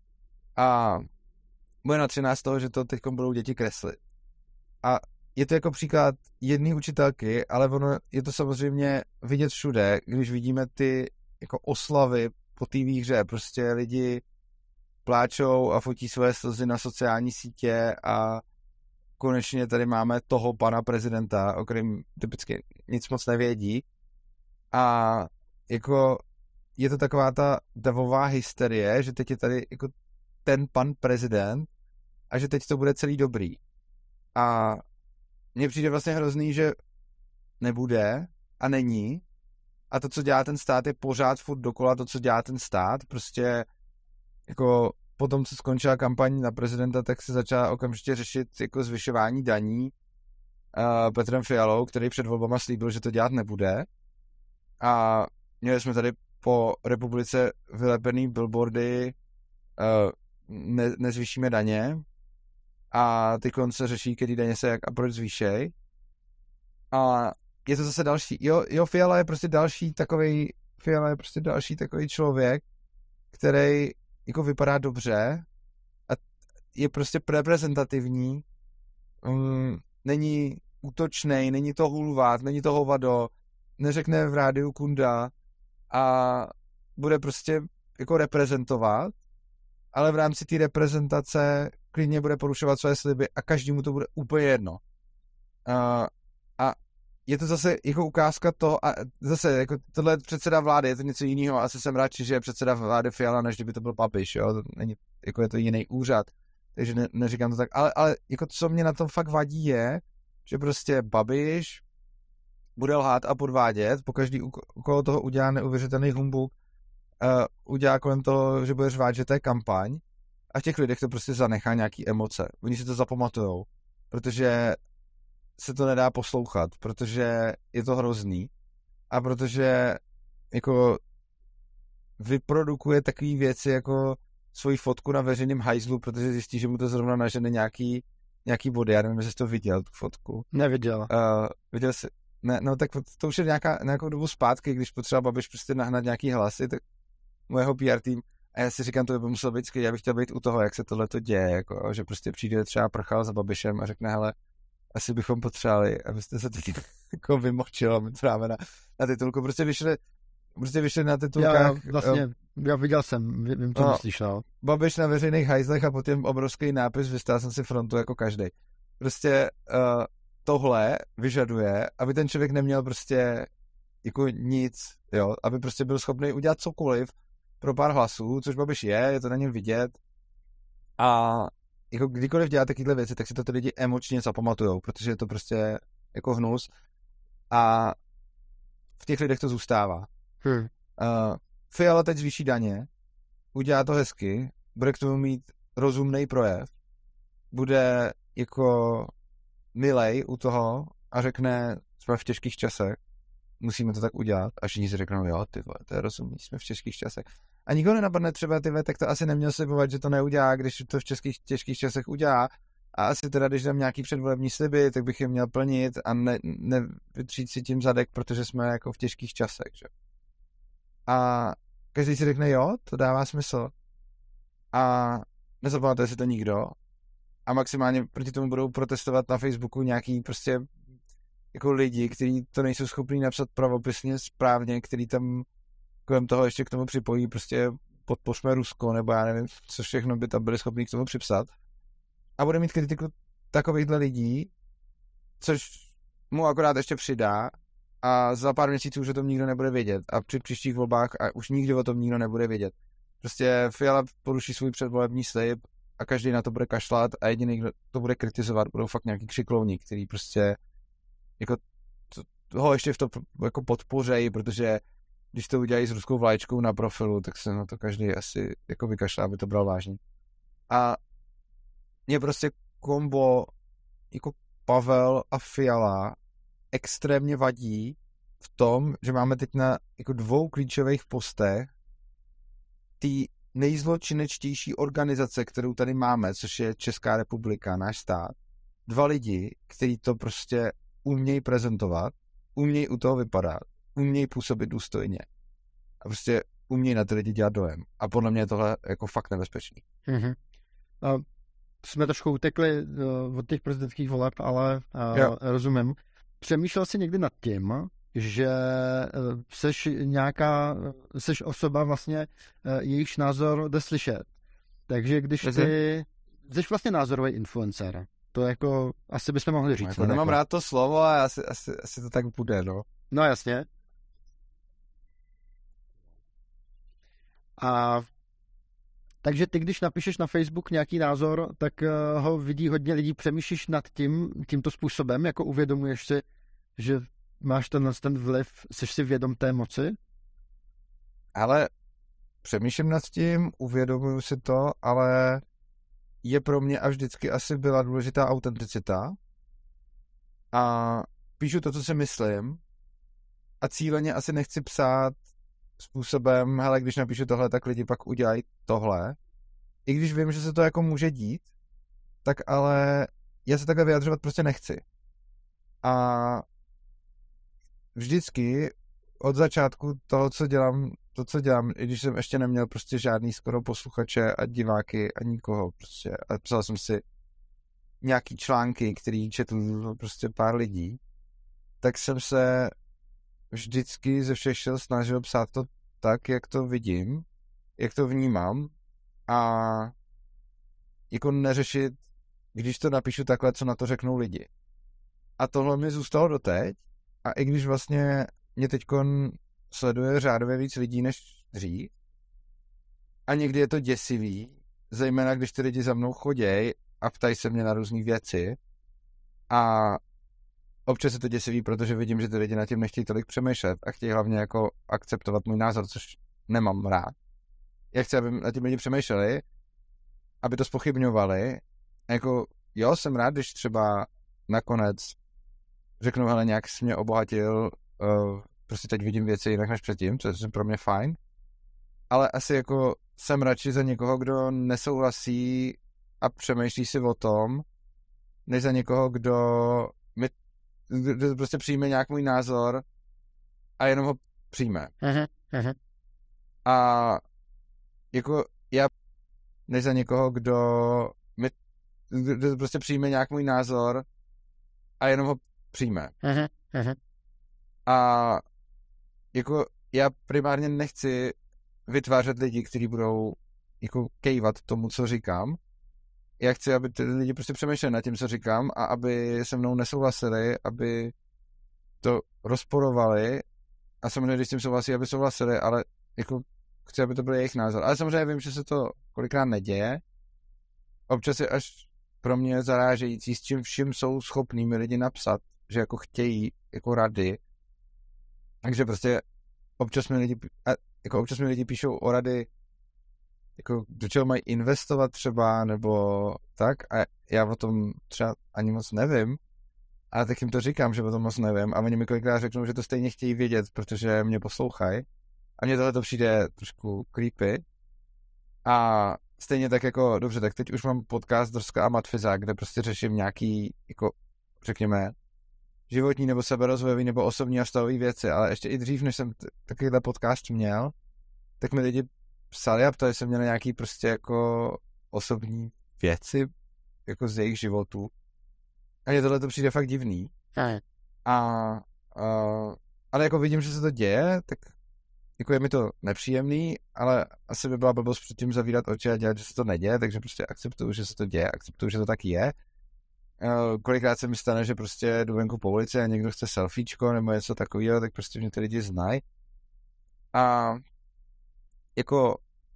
A bude na třináct toho, že to teď budou děti kreslit. A je to jako příklad jedné učitelky, ale ono je to samozřejmě vidět všude, když vidíme ty jako oslavy po té výhře, prostě lidi pláčou a fotí své slzy na sociální sítě a konečně tady máme toho pana prezidenta, o kterém typicky nic moc nevědí. A jako je to taková ta davová hysterie, že teď je tady jako ten pan prezident a že teď to bude celý dobrý. A mně přijde vlastně hrozný, že nebude a není. A to, co dělá ten stát, je pořád furt dokola to, co dělá ten stát. Prostě jako potom, co skončila kampaň na prezidenta, tak se začala okamžitě řešit jako zvyšování daní uh, Petrem Fialou, který před volbama slíbil, že to dělat nebude. A měli jsme tady po republice vylepený billboardy uh, ne, nezvýšíme daně a ty konce řeší, který daně se jak a proč zvýšej. A je to zase další. Jo, jo, Fiala je prostě další takovej, Fiala je prostě další takový člověk, který jako vypadá dobře a je prostě reprezentativní, um, není útočnej, není to hulvát, není to hovado, neřekne v rádiu kunda a bude prostě jako reprezentovat, ale v rámci té reprezentace klidně bude porušovat své sliby a každému to bude úplně jedno. Uh, a je to zase jako ukázka toho, a zase jako tohle je předseda vlády, je to něco jiného, asi jsem radši, že je předseda vlády Fiala, než kdyby to byl Babiš, jo, to není, jako je to jiný úřad, takže ne, neříkám to tak, ale, ale jako co mě na tom fakt vadí je, že prostě Babiš bude lhát a podvádět, pokaždý okolo toho udělá neuvěřitelný humbuk, uh, udělá kolem toho, že bude řvát, že to je kampaň a v těch lidech to prostě zanechá nějaký emoce. Oni si to zapamatujou, protože se to nedá poslouchat, protože je to hrozný a protože jako vyprodukuje takové věci jako svoji fotku na veřejném hajzlu, protože zjistí, že mu to zrovna nažene nějaký, nějaký body. Já nevím, jestli jsi to viděl, tu fotku. Neviděl. Uh, viděl jsi? Ne, no tak to už je nějaká, nějakou dobu zpátky, když potřeba Babiš prostě nahnat nějaký hlasy, tak mojeho P R tým, a já si říkám, to by muselo být skvělé, já bych chtěl být u toho, jak se tohle to děje, jako, že prostě přijde třeba Prchal za Babišem a řekne, hele, asi bychom potřebovali, abyste se teď jako vymočilo, my to dáme na, na titulku, prostě vyšli, prostě vyšli na titulkách. Já vlastně, já viděl jsem, vím, co no, myslíš, no. Babiš na veřejných hajzlech a potom obrovský nápis, vystál jsem si frontu jako každý. Prostě uh, tohle vyžaduje, aby ten člověk neměl prostě jako nic, jo, aby prostě byl schopný udělat cokoliv pro pár hlasů, což Babiš je, je to na něm vidět a jako kdykoliv dělá takovéhle věci, tak si to ty lidi emočně zapamatujou, protože je to prostě jako hnus a v těch lidech to zůstává. Hmm. Uh, Fiala teď zvýší daně, udělá to hezky, bude k tomu mít rozumný projev, bude jako milej u toho a řekne, jsme v těžkých časech, musíme to tak udělat a všichni si řeknou, jo, ty vole, to je rozumný, jsme v těžkých časech. A nikoho nenapadne třeba, ty vole, tak to asi neměl slibovat, že to neudělá, když to v českých těžkých časech udělá. A asi teda, když dám nějaký předvolební sliby, tak bych je měl plnit a ne, nevytřít si tím zadek, protože jsme jako v těžkých časech, že? A každý si řekne, jo, to dává smysl. A nezapamatuje si to nikdo. A maximálně proti tomu budou protestovat na Facebooku nějaký prostě jako lidi, kteří to nejsou schopní napsat pravopisně správně, který tam kolem toho ještě k tomu připojí prostě podpořme Rusko, nebo já nevím, co všechno by tam byli schopni k tomu připsat. A bude mít kritiku takovýchhle lidí, což mu akorát ještě přidá a za pár měsíců už o tom nikdo nebude vědět. A při příštích volbách a už nikdy o tom nikdo nebude vědět. Prostě Fiala poruší svůj předvolební slib a každý na to bude kašlat a jediný, kdo to bude kritizovat, budou fakt nějaký křiklovní, který prostě jako to, toho ještě v to jako podpořejí, protože když to udělají s ruskou vlaječkou na profilu, tak se na to každý asi jako vykašlá, aby to bral vážně. A mě prostě kombo jako Pavel a Fiala extrémně vadí v tom, že máme teď na jako dvou klíčových postech ty nejzločinečtější organizace, kterou tady máme, což je Česká republika, náš stát, dva lidi, kteří to prostě umějí prezentovat, umějí u toho vypadat, umějí působit důstojně a prostě umějí na ty lidi dělat dojem. A podle mě je tohle jako fakt nebezpečný. Mm-hmm. A jsme trošku utekli uh, od těch prezidentských voleb, ale uh, rozumím. Přemýšlel jsi někdy nad tím, že uh, seš nějaká, seš osoba vlastně, uh, jejíž názor jde slyšet. Takže když ty, jsi vlastně názorový influencer. To jako, asi bychom mohli říct. Jako nemám rád to slovo a asi, asi, asi to tak bude, no. No jasně. A takže ty, když napíšeš na Facebook nějaký názor, tak uh, ho vidí hodně lidí, přemýšlíš nad tím, tímto způsobem, jako uvědomuješ si, že máš ten, ten vliv, jsi si vědom té moci? Ale přemýšlím nad tím, uvědomuju si to, ale je pro mě a vždycky asi byla důležitá autenticita a píšu to, co si myslím a cíleně asi nechci psát způsobem, hele, když napíšu tohle, tak lidi pak udělají tohle. I když vím, že se to jako může dít, tak ale já se takhle vyjadřovat prostě nechci. A vždycky od začátku toho, co dělám, to, co dělám, i když jsem ještě neměl prostě žádný skoro posluchače a diváky a nikoho prostě. A psal jsem si nějaký články, který četl prostě pár lidí, tak jsem se vždycky ze všech šel snažil psát to tak, jak to vidím, jak to vnímám a jako neřešit, když to napíšu takhle, co na to řeknou lidi. A tohle mi zůstalo doteď a i když vlastně mě teďkon sleduje řádově víc lidí než dřív a někdy je to děsivý, zejména když ty lidi za mnou choděj a ptají se mě na různý věci a občas je to děsivý, protože vidím, že ty lidi na tím nechtějí tolik přemýšlet a chtějí hlavně jako akceptovat můj názor, což nemám rád. Já chci, aby na tím lidi přemýšleli, aby to zpochybňovali. A jako, jo, jsem rád, když třeba nakonec řeknu, hele, nějak jsi mě obohatil, uh, prostě teď vidím věci jinak než předtím, což je pro mě fajn. Ale asi jako jsem radši za někoho, kdo nesouhlasí a přemýšlí si o tom, než za někoho, kdo mi kdo prostě přijme nějak můj názor a jenom ho přijme. Aha, aha. A jako já než za někoho, kdo mi kdo prostě přijme nějak můj názor a jenom ho přijme. Aha, aha. A jako já primárně nechci vytvářet lidi, kteří budou jako kejvat tomu, co říkám. Já chci, aby ty lidi prostě přemýšleli nad tím, co říkám a aby se mnou nesouhlasili, aby to rozporovali a samozřejmě, když s tím souhlasí, aby souhlasili, ale jako chci, aby to byl jejich názor. Ale samozřejmě vím, že se to kolikrát neděje. Občas je až pro mě zarážející, s čím vším jsou schopnými lidi napsat, že jako chtějí jako rady. Takže prostě občas mi lidi, jako občas mi lidi píšou o rady, jako do čeho mají investovat třeba, nebo tak, a já o tom třeba ani moc nevím, ale tak jim to říkám, že o tom moc nevím, a oni mi kolikrát řeknou, že to stejně chtějí vědět, protože mě poslouchají, a mně tohle to přijde trošku creepy, a stejně tak jako, dobře, tak teď už mám podcast Drska a Matfiza, kde prostě řeším nějaký, jako, řekněme, životní nebo seberozvojový nebo osobní a stavové věci, ale ještě i dřív, než jsem t- takovýhle podcast měl, tak mi lidi psali a ptali se mě na nějaký prostě jako osobní věci, jako z jejich životů. A mně tohle to přijde fakt divný. A, a, ale jako vidím, že se to děje, tak jako je mi to nepříjemný, ale asi by byla blbost předtím zavírat oči a dělat, že se to neděje, takže prostě akceptuju, že se to děje, akceptuju, že to tak je. Kolikrát se mi stane, že prostě jdu venku po ulici a někdo chce selfiečko nebo něco takového, tak prostě mě ty lidi znají. A jako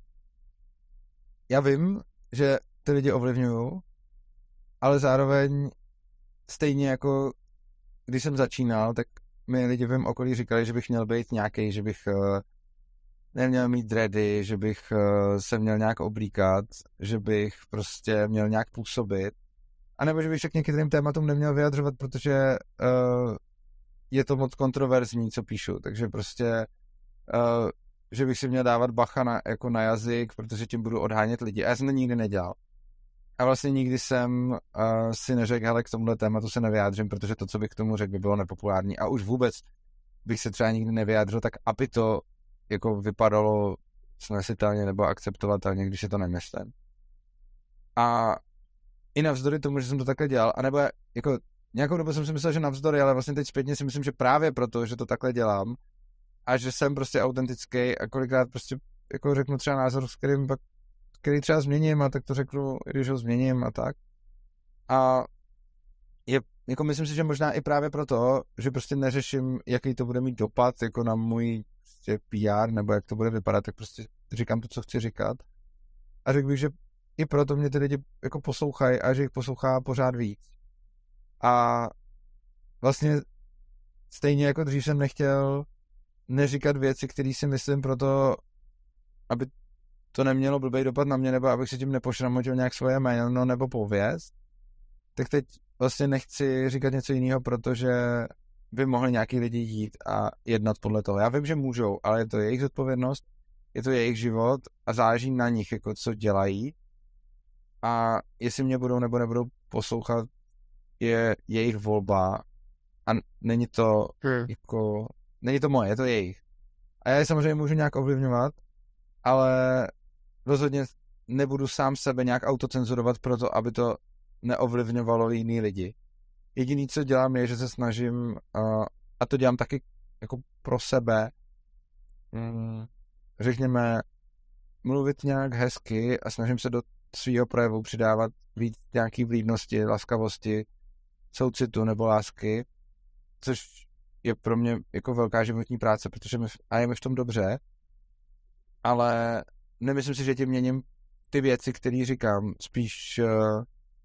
já vím, že ty lidi ovlivňuju, ale zároveň stejně jako když jsem začínal, tak mi lidi v mém okolí říkali, že bych měl být nějaký, že bych uh, neměl mít dready, že bych uh, se měl nějak oblíkat, že bych prostě měl nějak působit, anebo že bych se k některým tématům neměl vyjadřovat, protože uh, je to moc kontroverzní, co píšu, takže prostě uh, že bych si měl dávat bacha na, jako na jazyk, protože tím budu odhánět lidi. A já jsem to nikdy nedělal. A vlastně nikdy jsem uh, si neřekl, hele, k tomuhle tématu se nevyjádřím, protože to, co bych k tomu řekl, by bylo nepopulární. A už vůbec bych se třeba nikdy nevyjádřil, tak aby to jako vypadalo snesitelně nebo akceptovatelně, když je to nemyslím. A i navzdory tomu, že jsem to takhle dělal, anebo jako nějakou dobu jsem si myslel, že navzdory, ale vlastně teď zpětně si myslím, že právě proto, že to takhle dělám, a že jsem prostě autentický a kolikrát prostě jako řeknu třeba názor, s kterým pak, který třeba změním a tak to řeknu, když ho změním a tak. A je, jako myslím si, že možná i právě proto, že prostě neřeším, jaký to bude mít dopad jako na můj prostě P R nebo jak to bude vypadat, tak prostě říkám to, co chci říkat. A řekl bych, že i proto mě ty lidi jako poslouchají a že jich poslouchá pořád víc. A vlastně stejně jako dřív jsem nechtěl neříkat věci, které si myslím proto, aby to nemělo blbý dopad na mě, nebo abych se tím nepošramotil nějak svoje jméno nebo pověst, tak teď vlastně nechci říkat něco jiného, protože by mohli nějaký lidi jít a jednat podle toho. Já vím, že můžou, ale je to jejich zodpovědnost, je to jejich život a záleží na nich, jako co dělají. A jestli mě budou nebo nebudou poslouchat, je jejich volba a není to hmm. jako, není to moje, je to jejich. A já je samozřejmě můžu nějak ovlivňovat, ale rozhodně nebudu sám sebe nějak autocenzurovat proto, aby to neovlivňovalo jiný lidi. Jediný, co dělám, je, že se snažím, uh, a to dělám taky jako pro sebe, um, řekněme, mluvit nějak hezky a snažím se do svýho projevu přidávat víc nějaký vlídnosti, laskavosti, soucitu nebo lásky, což je pro mě jako velká životní práce, protože mi, a je mi v tom dobře, ale nemyslím si, že tím měním ty věci, které říkám. Spíš uh,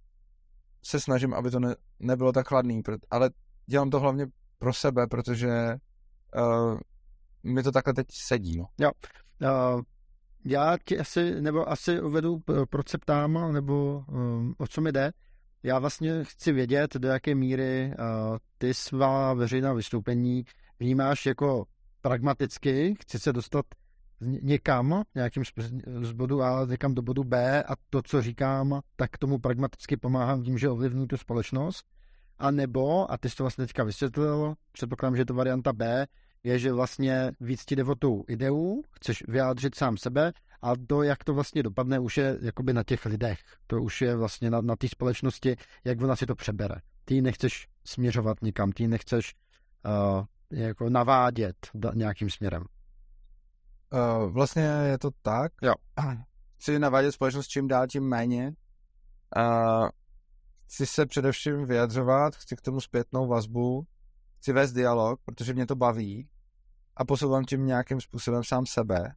se snažím, aby to ne, nebylo tak chladný, ale dělám to hlavně pro sebe, protože uh, mi to takhle teď sedí. No. Jo. Uh, já ti asi, nebo asi uvedu, proč se ptám, nebo um, o co mi jde. Já vlastně chci vědět, do jaké míry uh, ty svá veřejná vystoupení vnímáš jako pragmaticky, chci se dostat někam, nějakým z bodu A někam do bodu B a to, co říkám, tak tomu pragmaticky pomáhám tím, že ovlivní tu společnost. A nebo, a ty jsi to vlastně teďka vysvětlil, předpokládám, že je to varianta B, je, že vlastně víc ti jde o tu ideu, chceš vyjádřit sám sebe a to, jak to vlastně dopadne, už je jakoby na těch lidech. To už je vlastně na, na té společnosti, jak ona si to přebere. Ty nechceš směřovat nikam, ty nechceš uh, jako navádět da, nějakým směrem. Uh, vlastně je to tak. Jo. Chci navádět společnost čím dál, tím méně. Uh, chci se především vyjadřovat, chci k tomu zpětnou vazbu, chci vést dialog, protože mě to baví a posouvám tím nějakým způsobem sám sebe.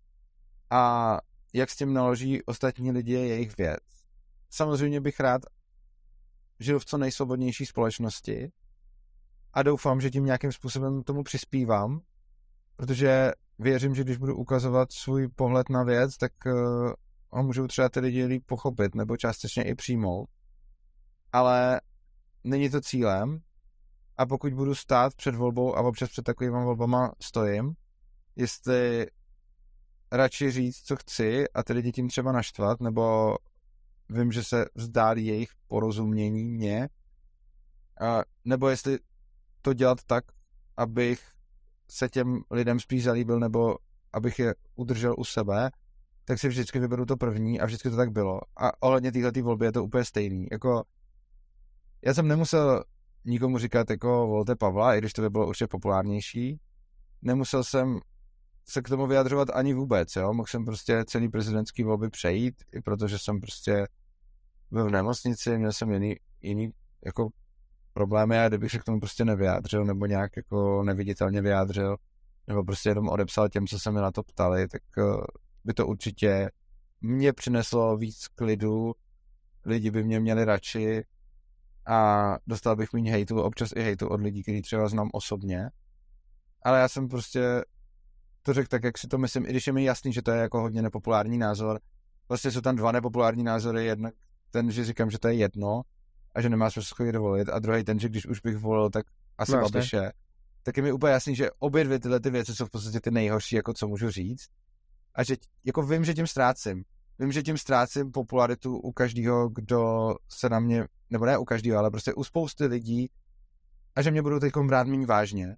A jak s tím naloží ostatní lidi, je jejich věc. Samozřejmě bych rád žil v co nejsvobodnější společnosti a doufám, že tím nějakým způsobem tomu přispívám, protože věřím, že když budu ukazovat svůj pohled na věc, tak uh, ho můžou třeba ty lidi líp pochopit nebo částečně i přijmout. Ale není to cílem a pokud budu stát před volbou a občas před takovýma volbama stojím, jestli radši říct, co chci a ty lidi tím třeba naštvat, nebo vím, že se vzdálí jejich porozumění mě, a, nebo jestli to dělat tak, abych se těm lidem spíš zalíbil, nebo abych je udržel u sebe, tak si vždycky vyberu to první a vždycky to tak bylo. A ohledně téhletý volby je to úplně stejný. Jako, já jsem nemusel nikomu říkat, jako volte Pavla, i když to by bylo určitě populárnější. Nemusel jsem se k tomu vyjadřovat ani vůbec, jo. Mohl jsem prostě celý prezidentský volby přejít, i protože jsem prostě byl v nemocnici, měl jsem jiný, jiný jako problémy a kdybych se k tomu prostě nevyjádřil, nebo nějak jako neviditelně vyjádřil, nebo prostě jenom odepsal těm, co se mi na to ptali, tak by to určitě mě přineslo víc klidu, lidi by mě měli radši a dostal bych méně hejtu, občas i hejtu od lidí, který třeba znám osobně. Ale já jsem prostě to řekl tak, jak si to myslím, i když je mi jasný, že to je jako hodně nepopulární názor. Vlastně jsou tam dva nepopulární názory, jednak ten, že říkám, že to je jedno a že nemá smysl chodit volit, a druhý ten, že když už bych volil, tak asi no, Babiše. Tak je mi úplně jasný, že obě dvě tyhle ty věci jsou v podstatě ty nejhorší, jako co můžu říct. A že jako vím, že tím ztrácím. Vím, že tím ztrácím popularitu u každého, kdo se na mě, nebo ne u každého, ale prostě u spousty lidí a že mě budou teď brát méně vážně.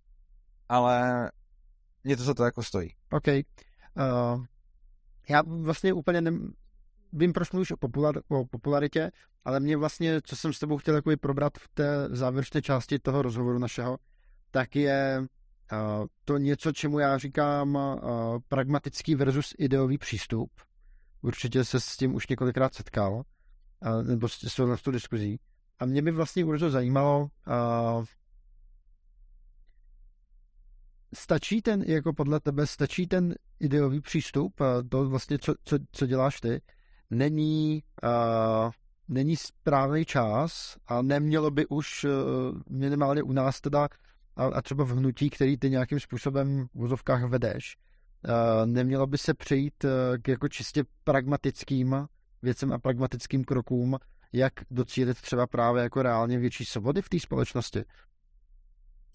Ale mě to za to jako stojí. OK. Uh, já vlastně úplně ne, vím, proč mluvíš o, popular, o popularitě, ale mě vlastně, co jsem s tebou chtěl jako probrat v té závěrečné části toho rozhovoru našeho, tak je uh, to něco, čemu já říkám uh, pragmatický versus ideový přístup. Určitě se s tím už několikrát setkal, uh, nebo s tou diskuzí. A mě by vlastně určitě zajímalo, uh, stačí ten, jako podle tebe, stačí ten ideový přístup, to vlastně, co, co, co děláš ty, není, uh, není správný čas a nemělo by už uh, minimálně u nás teda a, a třeba v hnutí, který ty nějakým způsobem v vozovkách vedeš, uh, nemělo by se přejít uh, k jako čistě pragmatickým věcem a pragmatickým krokům, jak docílit třeba právě jako reálně větší svobody v té společnosti?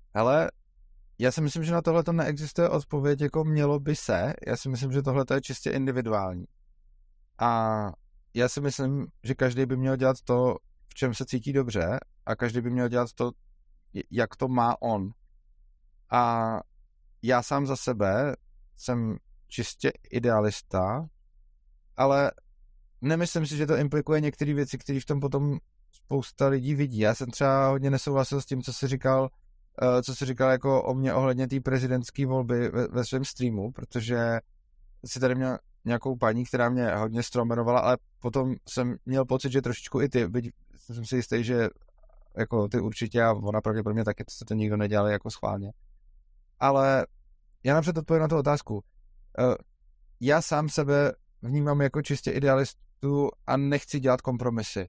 hele, já si myslím, že na tohle to neexistuje odpověď, jako mělo by se. Já si myslím, že tohle je čistě individuální. A já si myslím, že každý by měl dělat to, v čem se cítí dobře, a každý by měl dělat to, jak to má on. A já sám za sebe jsem čistě idealista, ale nemyslím si, že to implikuje některé věci, které v tom potom spousta lidí vidí. Já jsem třeba hodně nesouhlasil s tím, co jsi říkal, co jsi říkal jako o mě ohledně té prezidentské volby ve, ve svém streamu, protože jsi tady měl nějakou paní, která mě hodně stromenovala, ale potom jsem měl pocit, že trošičku i ty, byť jsem si jistý, že jako ty určitě a ona pravděpodobně taky, to, to nikdo nedělal jako schválně. Ale já napřed odpovím na tu otázku. Já sám sebe vnímám jako čistě idealistu a nechci dělat kompromisy.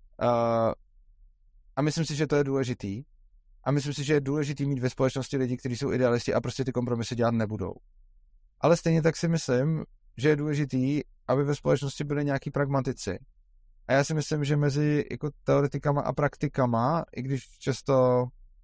A myslím si, že to je důležitý. A myslím si, že je důležitý mít ve společnosti lidi, kteří jsou idealisti a prostě ty kompromisy dělat nebudou. Ale stejně tak si myslím, že je důležitý, aby ve společnosti byli nějaký pragmatici. A já si myslím, že mezi jako teoretikama a praktikama, i když často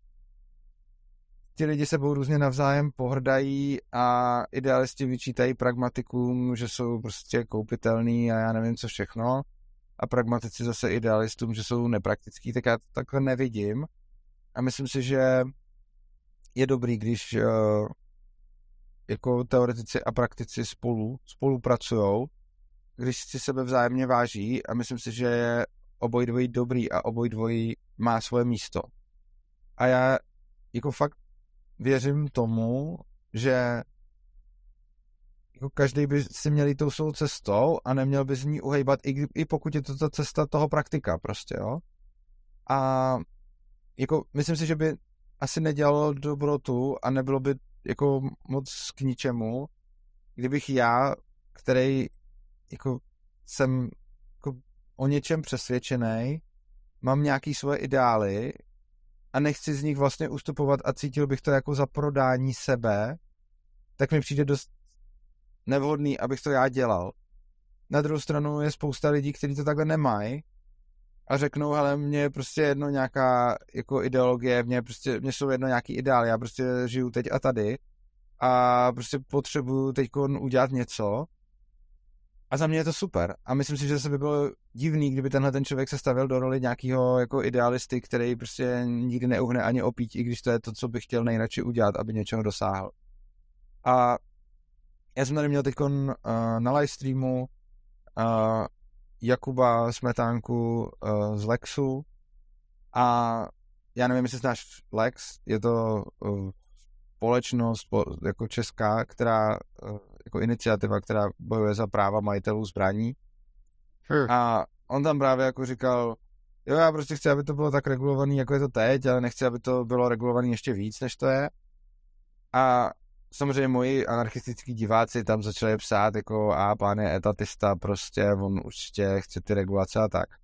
ti lidi sebou různě navzájem pohrdají a idealisti vyčítají pragmatikům, že jsou prostě koupitelný a já nevím co všechno, a pragmatici zase idealistům, že jsou nepraktický, tak já to takhle nevidím. A myslím si, že je dobrý, když uh, jako teoretici a praktici spolu spolupracujou, když si sebe vzájemně váží, a myslím si, že je oboj dvojí dobrý a oboj dvojí má svoje místo. A já jako fakt věřím tomu, že jako každý by si měl jít tou svou cestou a neměl by z ní uhejbat, i, i pokud je to ta cesta toho praktika prostě, jo. A jako myslím si, že by asi nedělalo dobrotu a nebylo by jako moc k ničemu, kdybych já, který jako jsem jako o něčem přesvědčený, mám nějaký svoje ideály a nechci z nich vlastně ustupovat a cítil bych to jako za prodání sebe, tak mi přijde dost nevhodný, abych to já dělal. Na druhou stranu je spousta lidí, kteří to takhle nemají a řeknou, hele, mně je prostě jedno nějaká jako ideologie, mně, prostě, mně jsou jedno nějaký ideály, já prostě žiju teď a tady a prostě potřebuju teď udělat něco. A za mě je to super. A myslím si, že se by bylo divný, kdyby tenhle ten člověk se stavil do roli nějakého jako idealisty, který prostě nikdy neuhne ani opít, i když to je to, co bych chtěl nejradši udělat, aby něčeho dosáhl. A já jsem tady měl teď uh, na livestreamu uh, Jakuba Smetánku uh, z Lexu a já nevím, jestli znáš Lex, je to uh, společnost jako česká, která uh, jako iniciativa, která bojuje za práva majitelů zbraní. Hmm. A on tam právě jako říkal, jo, já prostě chci, aby to bylo tak regulovaný, jako je to teď, ale nechci, aby to bylo regulovaný ještě víc, než to je. A samozřejmě moji anarchistický diváci tam začali psát, jako a pán je etatista, prostě on určitě chce ty regulace a tak.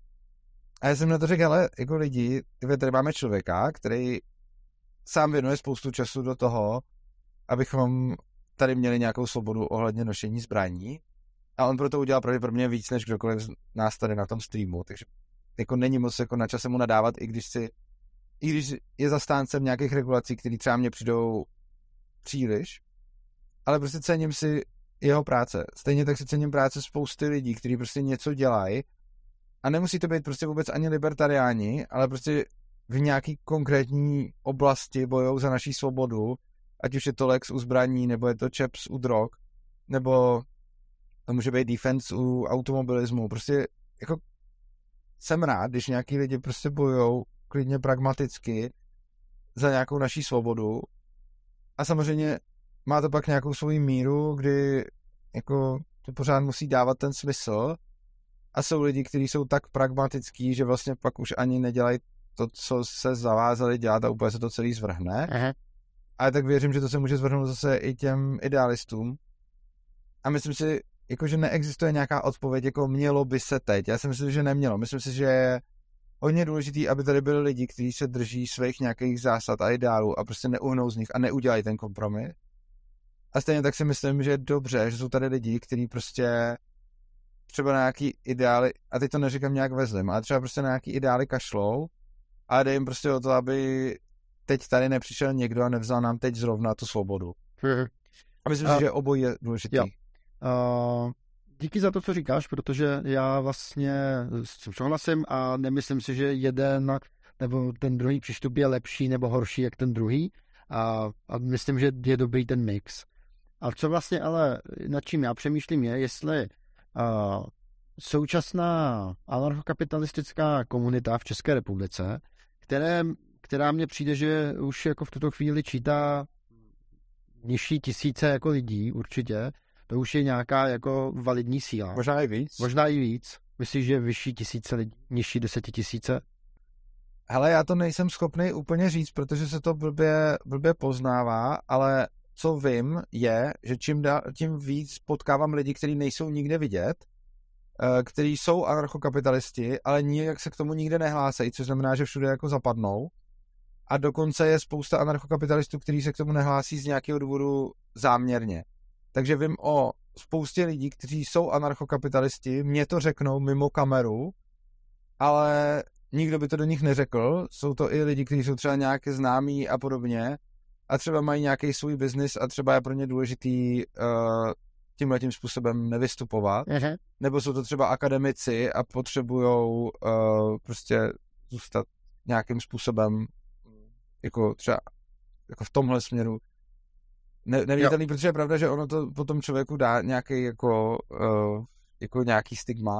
A já jsem na to řekl, ale jako lidi, tady máme člověka, který sám věnuje spoustu času do toho, abychom tady měli nějakou svobodu ohledně nošení zbraní, a on proto udělal pravděpodobně víc než kdokoliv z nás tady na tom streamu, takže jako není moc jako na čase mu nadávat, i když si i když je zastáncem nějakých regulací, které třeba mně přijdou příliš, ale prostě cením si jeho práce. Stejně tak si cením práce spousty lidí, kteří prostě něco dělají, a nemusí to být prostě vůbec ani libertariáni, ale prostě v nějaký konkrétní oblasti bojou za naší svobodu, ať už je to Lex u zbraní, nebo je to Chaps u drog, nebo to může být Defense u automobilismu. Prostě jako jsem rád, když nějaký lidi prostě bojujou klidně pragmaticky za nějakou naší svobodu, a samozřejmě má to pak nějakou svoji míru, kdy jako to pořád musí dávat ten smysl, a jsou lidi, kteří jsou tak pragmatický, že vlastně pak už ani nedělají to, co se zavázali dělat, a úplně se to celý zvrhne. Aha. Ale tak věřím, že to se může zvrhnout zase i těm idealistům. A myslím si, jako, že neexistuje nějaká odpověď, jako mělo by se teď. Já si myslím, že nemělo. Myslím si, že je hodně důležitý, aby tady byli lidi, kteří se drží svých nějakých zásad a ideálů a prostě neuhnou z nich a neudělají ten kompromis. A stejně tak si myslím, že je dobře, že jsou tady lidi, kteří prostě třeba na nějaký ideály, a teď to neříkám nějak ve zlém, ale třeba prostě na nějaký ideály kašlou, a jde jim prostě o to, aby teď tady nepřišel někdo a nevzal nám teď zrovna tu svobodu. Hmm. A myslím a, si, že obojí je důležitý. Jo. Uh, díky za to, co říkáš, protože já vlastně s tím souhlasím a nemyslím si, že jeden nebo ten druhý přístup je lepší nebo horší jak ten druhý. A, a myslím, že je dobrý ten mix. A co vlastně ale nad čím já přemýšlím je, jestli uh, současná anarchokapitalistická komunita v České republice, které, která mně přijde, že už jako v tuto chvíli čítá nižší tisíce jako lidí určitě, to už je nějaká jako validní síla. Možná i víc. Možná i víc. Myslíš, že vyšší tisíce lidí, nižší desetitisíce? Hele, já to nejsem schopný úplně říct, protože se to blbě, blbě poznává, ale co vím je, že čím dál tím víc potkávám lidi, kteří nejsou nikde vidět, kteří jsou anarchokapitalisti, ale nijak se k tomu nikde nehlásejí, což znamená, že všude jako zapadnou. A dokonce je spousta anarchokapitalistů, kteří se k tomu nehlásí z nějakého důvodu záměrně. Takže vím o spoustě lidí, kteří jsou anarchokapitalisti, mě to řeknou mimo kameru, ale nikdo by to do nich neřekl. Jsou to i lidi, kteří jsou třeba nějaké známí a podobně a třeba mají nějaký svůj biznis a třeba je pro ně důležitý uh, tímhletím způsobem nevystupovat. Uh-huh. Nebo jsou to třeba akademici a potřebujou uh, prostě zůstat nějakým způsobem jako třeba jako v tomhle směru ne, neviditelný, protože je pravda, že ono to potom člověku dá nějaký jako, uh, jako nějaký stigma.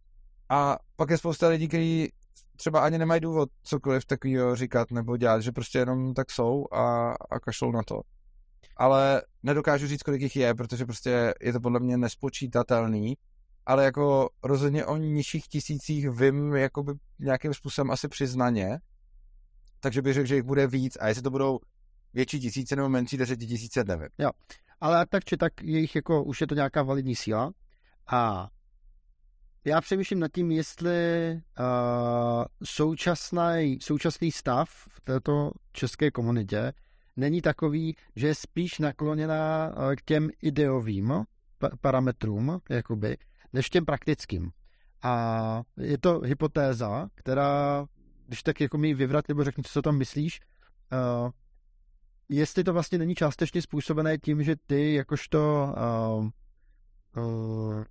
A pak je spousta lidí, kteří třeba ani nemají důvod cokoliv takového říkat nebo dělat, že prostě jenom tak jsou a, a kašlou na to. Ale nedokážu říct, kolik jich je, protože prostě je to podle mě nespočítatelný, ale jako rozhodně o nižších tisících vím jakoby nějakým způsobem asi přiznaně, takže bych řekl, že jich bude víc a jestli to budou větší tisíce nebo menší desetitisíce, nevím. Jo, ale tak či tak jejich jako už je to nějaká validní síla a já přemýšlím nad tím, jestli uh, současný, současný stav v této české komunitě není takový, že je spíš nakloněná uh, k těm ideovým pa- parametrům, jakoby, než těm praktickým. A je to hypotéza, která, když tak jako mi vyvrat, nebo řekni, co tam myslíš, uh, jestli to vlastně není částečně způsobené tím, že ty jakožto uh, uh,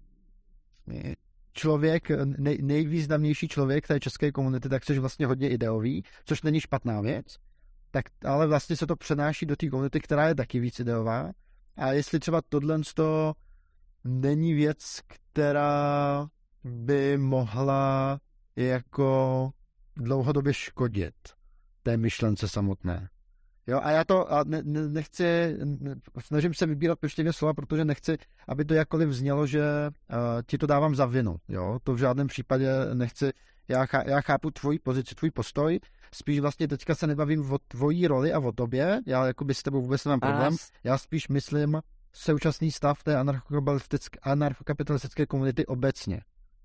člověk, nej, nejvýznamnější člověk té české komunity, tak jsi vlastně hodně ideový, což není špatná věc, tak, ale vlastně se to přenáší do té komunity, která je taky víc ideová. A jestli třeba tohle to není věc, která by mohla jako dlouhodobě škodit té myšlence samotné. Jo, a já to a ne, ne, nechci, ne, snažím se vybírat pečlivě slova, protože nechci, aby to jakkoliv znělo, že uh, ti to dávám za vinu. Jo, to v žádném případě nechci. Já, chá, já chápu tvoji pozici, tvůj postoj, spíš vlastně teďka se nebavím o tvojí roli a o tobě, já jakoby s tebou vůbec nemám problém, já spíš myslím současný stav té anarchokapitalistické, anarchokapitalistické komunity obecně.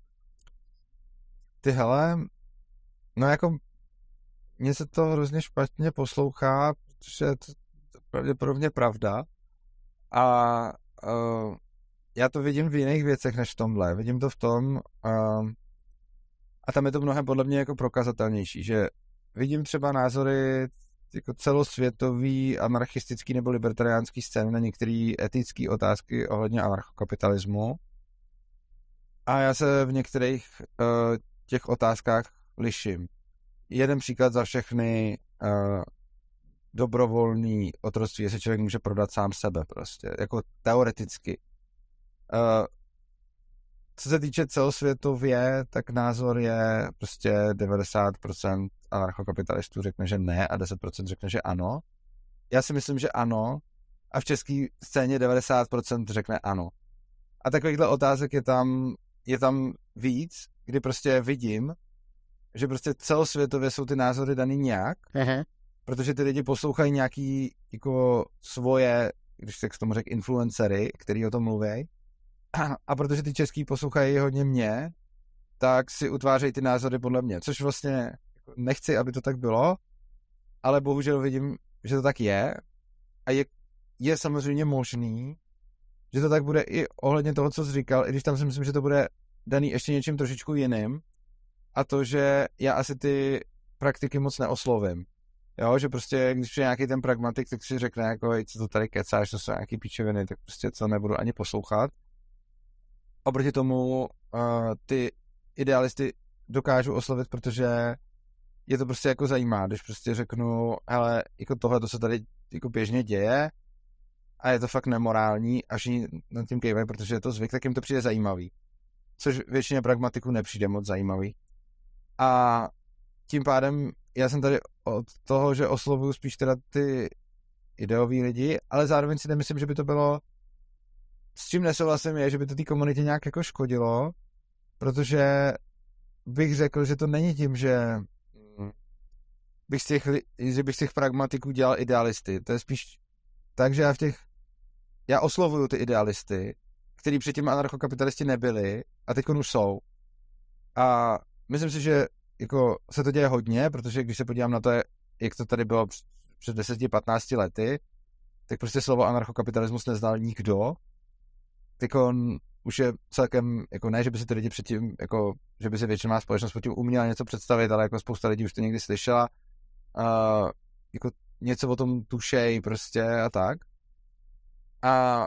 Ty hele, no jako mně se to hrozně špatně poslouchá, protože je to pravděpodobně pravda a uh, já to vidím v jiných věcech než v tomhle. Vidím to v tom uh, a tam je to mnohem podle mě jako prokazatelnější, že vidím třeba názory jako celosvětový anarchistický nebo libertariánský scény na některé etické otázky ohledně anarchokapitalismu a já se v některých uh, těch otázkách liším. Jeden příklad za všechny uh, dobrovolný otroctví, jestli člověk může prodat sám sebe prostě, jako teoreticky. Uh, co se týče celosvětově, tak názor je prostě devadesát procent anarchokapitalistů řekne, že ne a deset procent řekne, že ano. Já si myslím, že ano a v české scéně devadesát procent řekne ano. A takovýchhle otázek je tam, je tam víc, kdy prostě vidím, že prostě celosvětově jsou ty názory daný nějak, uh-huh. protože ty lidi poslouchají nějaký jako svoje, když se k tomu řek, influencery, který o tom mluví. A protože ty český poslouchají hodně mě, tak si utvářejí ty názory podle mě, což vlastně nechci, aby to tak bylo, ale bohužel vidím, že to tak je a je, je samozřejmě možný, že to tak bude i ohledně toho, co jsi říkal, i když tam si myslím, že to bude daný ještě něčím trošičku jiným, a to, že já asi ty praktiky moc neoslovím. Jo, že prostě, když přijde nějaký ten pragmatik, tak si řekne, jako, hej, co to tady kecáš, to jsou nějaký píčoviny, tak prostě co nebudu ani poslouchat. Oproti tomu uh, ty idealisty dokážu oslovit, protože je to prostě jako zajímá, když prostě řeknu, hele, jako tohle to se tady jako běžně děje a je to fakt nemorální a všichni nad tím kejvají, protože je to zvyk, tak jim to přijde zajímavý. Což většině pragmatiků nepřijde moc zajímavý. A tím pádem já jsem tady od toho, že oslovuju spíš teda ty ideový lidi, ale zároveň si nemyslím, že by to bylo, s čím nesouhlasím je, že by to té komunitě nějak jako škodilo, protože bych řekl, že to není tím, že bych z těch, že bych z těch pragmatiků dělal idealisty. To je spíš tak, že já v těch já oslovuju ty idealisty, který předtím anarchokapitalisti nebyli a teď už jsou. A myslím si, že jako se to děje hodně, protože když se podívám na to, jak to tady bylo před deseti patnácti lety, tak prostě slovo anarchokapitalismus neznal nikdo. Tak on už je celkem, jako ne, že by si ty lidi předtím, jako, že by si většiná společnost pod tím uměla něco představit, ale jako spousta lidí už to někdy slyšela. Uh, jako něco o tom tušej prostě a tak. A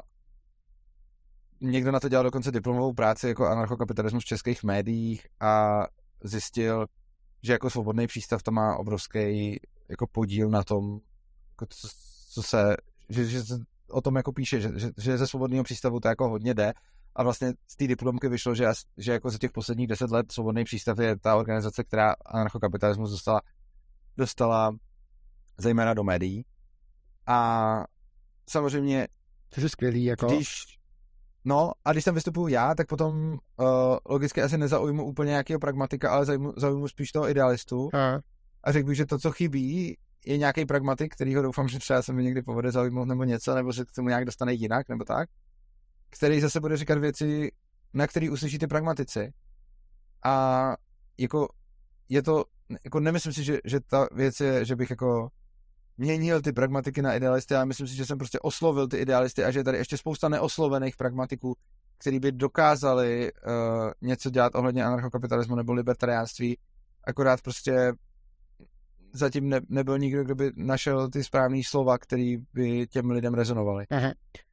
někdo na to dělal dokonce diplomovou práci jako anarchokapitalismus v českých médiích a zjistil, že jako Svobodný přístav to má obrovský jako podíl na tom, jako co, co se, že, že se o tom jako píše, že, že, že ze Svobodného přístavu to jako hodně jde a vlastně z té diplomky vyšlo, že, že jako za těch posledních deset let Svobodný přístav je ta organizace, která anarchokapitalismus dostala, dostala zejména do médií. A samozřejmě což je skvělý, jako. Když, no, a když tam vystupuju já, tak potom uh, logicky asi nezaujmu úplně nějakého pragmatika, ale zaujmu, zaujmu spíš toho idealistu. A, a řekl bych, že to, co chybí, je nějaký pragmatik, kterýho doufám, že třeba se mi někdy povede zaujmout nebo něco, nebo že k tomu nějak dostane jinak, nebo tak, který zase bude říkat věci, na který uslyší ty pragmatici. A jako je to, jako nemyslím si, že, že ta věc je, že bych jako měnil ty pragmatiky na idealisty, ale myslím si, že jsem prostě oslovil ty idealisty a že je tady ještě spousta neoslovených pragmatiků, který by dokázali uh, něco dělat ohledně anarchokapitalismu nebo libertariánství, akorát prostě zatím ne, nebyl nikdo, kdo by našel ty správný slova, který by těm lidem rezonovaly. Aha.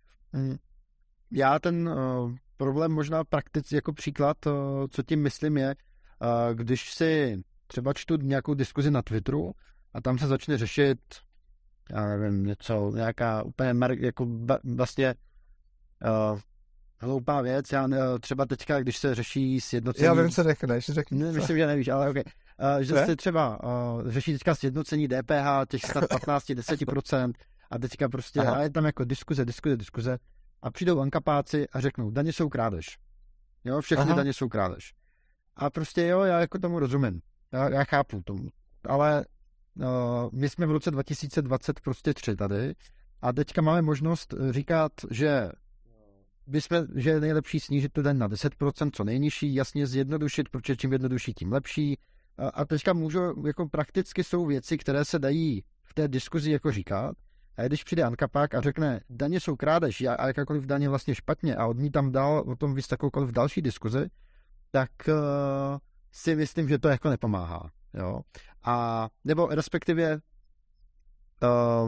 Já ten uh, problém možná prakticky jako příklad, uh, co tím myslím je, uh, když si třeba čtu nějakou diskuzi na Twitteru a tam se začne řešit já nevím, něco, nějaká úplně mar, jako ba, vlastně uh, hloupá věc. Já ne, třeba teďka, když se řeší sjednocení... Já vím, co řekneš, řekni. Ne, myslím, že nevíš, ale ok. Uh, že ne? se třeba uh, řeší teďka sjednocení D P H, těch snad patnáct až deset procent a teďka prostě, Aha. a je tam jako diskuze, diskuze, diskuze a přijdou ankapáci a řeknou, daně jsou krádež. Jo, všechny Aha. daně jsou krádež. A prostě jo, já jako tomu rozumím. Já, já chápu tomu. Ale Uh, my jsme v roce dva tisíce dvacet prostě tři tady a teďka máme možnost říkat, že bychom, že je nejlepší snížit to den na deset procent, co nejnižší, jasně zjednodušit, protože čím jednodušší, tím lepší. A, a teďka můžu, jako prakticky jsou věci, které se dají v té diskuzi jako říkat. A když přijde ankapák a řekne, daně jsou krádež a jakákoliv daně vlastně špatně a odmítám dál o tom víc takovou další diskuzi, tak uh, si myslím, že to jako nepomáhá. Jo. A nebo respektive uh,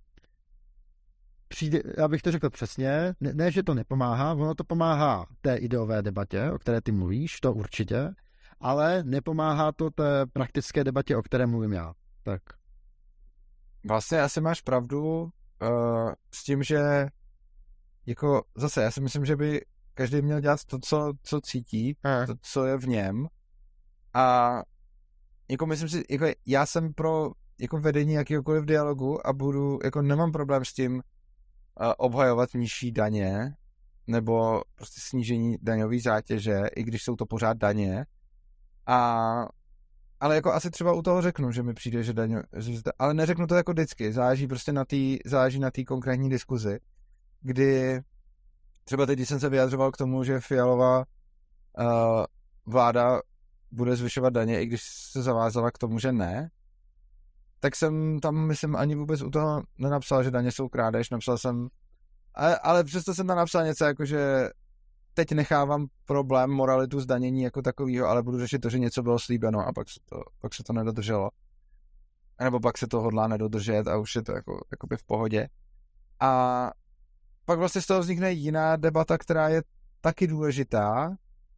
přijde, já bych to řekl přesně, ne, ne, že to nepomáhá, ono to pomáhá té ideové debatě, o které ty mluvíš, to určitě, ale nepomáhá to té praktické debatě, o které mluvím já. Tak. Vlastně asi máš pravdu uh, s tím, že jako zase, já si myslím, že by každý měl dělat to, co, co cítí, hmm. to, co je v něm a jako myslím si, jako já jsem pro jako vedení jakýhokoliv dialogu a budu, jako nemám problém s tím uh, obhajovat nižší daně nebo prostě snížení daňové zátěže, i když jsou to pořád daně. A, ale jako asi třeba u toho řeknu, že mi přijde, že daně, že, ale neřeknu to jako vždycky, záleží prostě na té záleží na té konkrétní diskuzi, kdy třeba teď, když jsem se vyjadřoval k tomu, že Fialová uh, vláda bude zvyšovat daně, i když se zavázala k tomu, že ne, tak jsem tam, myslím, ani vůbec u toho nenapsal, že daně jsou krádež, napsal jsem, ale, ale přesto jsem tam napsal něco jako, že teď nechávám problém moralitu zdanění jako takovýho, ale budu řešit to, že něco bylo slíbeno a pak se to, pak se to nedodrželo. nebo pak se to hodlá nedodržet a už je to jako, jakoby v pohodě. A pak vlastně z toho vznikne jiná debata, která je taky důležitá.